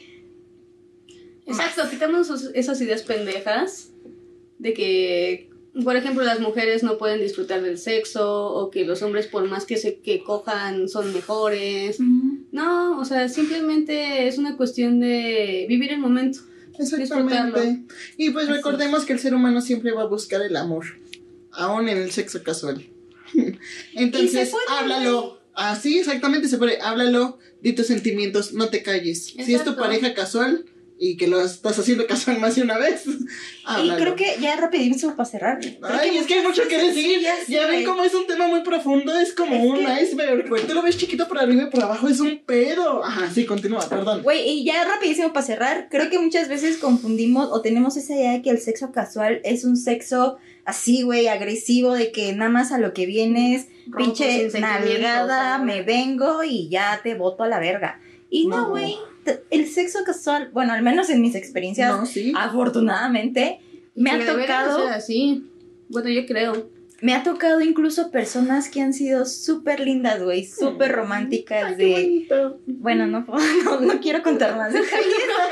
Exacto, quitamos esas ideas pendejas de que, por ejemplo, las mujeres no pueden disfrutar del sexo o que los hombres por más que cojan son mejores. No, o sea, simplemente es una cuestión de vivir el momento. Exactamente. Y pues recordemos que el ser humano siempre va a buscar el amor, aún en el sexo casual. Entonces, háblalo. Así, exactamente, se puede. Háblalo, di tus sentimientos, no te calles. Exacto. Si es tu pareja casual y que lo estás haciendo casual más de una vez, háblalo. Y creo que ya rapidísimo para cerrar. Ay, es que hay mucho que decir. Ya ven cómo es un tema muy profundo, es como un iceberg, güey. Tú lo ves chiquito por arriba y por abajo, es un pedo. Ajá, sí, continúa, perdón. Güey, y ya rapidísimo para cerrar, creo que muchas veces confundimos o tenemos esa idea de que el sexo casual es un sexo así, güey, agresivo, de que nada más a lo que vienes, pinche nalgada, me vengo y ya te boto a la verga. Y no, güey, el sexo casual, bueno, al menos en mis experiencias, afortunadamente, me ha tocado... ser así. Bueno, yo creo. Me ha tocado incluso personas que han sido súper lindas, güey, súper románticas. Qué bonito. Bueno, no quiero contar más detalles,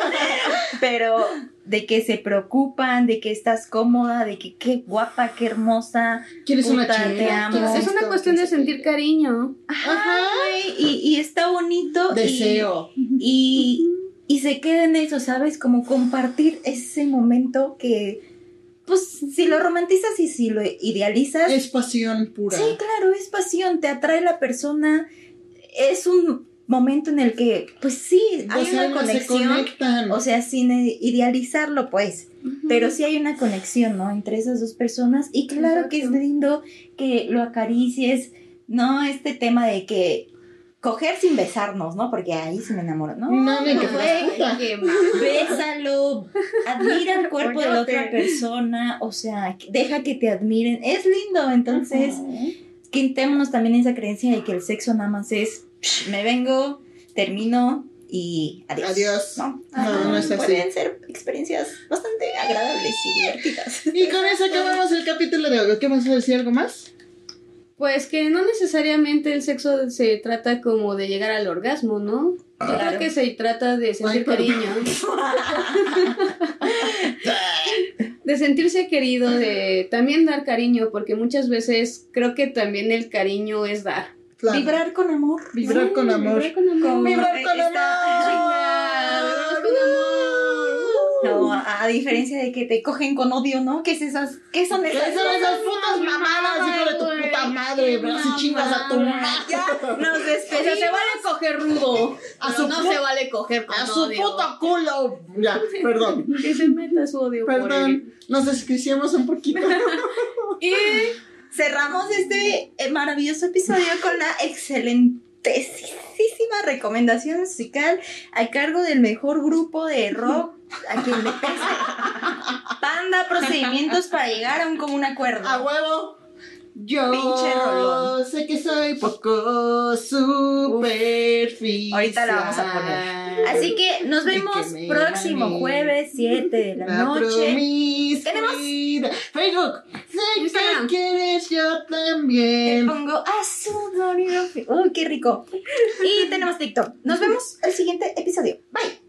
pero de que se preocupan, de que estás cómoda, de que qué guapa, qué hermosa. ¿Quieres una te chela? amo. Es una cuestión de sentir cariño. Ajá, y está bonito. Deseo. Y se queda en eso, ¿sabes? Como compartir ese momento que... Pues si lo romantizas y si lo idealizas... Es pasión pura. Sí, claro, es pasión, te atrae la persona, es un momento en el que, pues sí, hay una conexión, o sea, sin idealizarlo, pues, pero sí hay una conexión, ¿no? Entre esas dos personas, y claro que es lindo que lo acaricies, ¿no? Este tema de que coger sin besarnos, ¿no? Porque ahí se me enamoro. No, bésalo, admira el cuerpo de la otra persona, o sea, deja que te admiren. Es lindo, entonces, quitémonos también esa creencia de que el sexo nada más es, me vengo, termino y adiós. Adiós. No es así. Pueden ser experiencias bastante agradables y divertidas. Y con eso acabamos el capítulo de hoy. ¿Qué vas a decir? ¿Algo más? Pues que no necesariamente el sexo se trata como de llegar al orgasmo, ¿no? Yo creo que se trata de sentir cariño. De sentirse querido, de también dar cariño, porque muchas veces creo que también el cariño es dar. Claro. Vibrar con amor. Vibrar con amor. Vibrar con amor. Vibrar con amor. No, a diferencia de que te cogen con odio, ¿no? ¿Qué son esas? ¿Qué son esas putas mamadas, hijo de tu puta madre? Pero si chingas a tu madre. Ya nos despedimos. O sea, se vale coger rudo. No se vale coger con a su odio. puto culo. Ya, perdón. Que se meta su odio. Perdón, nos desquiciamos un poquito. Y cerramos este maravilloso episodio con la excelentísima recomendación musical a cargo del mejor grupo de rock a quien le pese. Panda, procedimientos para llegar a un común acuerdo. A huevo. Yo Pinche rolón. sé que soy poco superficial. Ahorita la vamos a poner. Así que nos vemos próximo jueves, 7 de la noche. Tenemos Facebook. Sé Instagram. que quieres, yo Te también. pongo a su dormido. Uy, qué rico. Y tenemos TikTok. Nos vemos el siguiente episodio. Bye.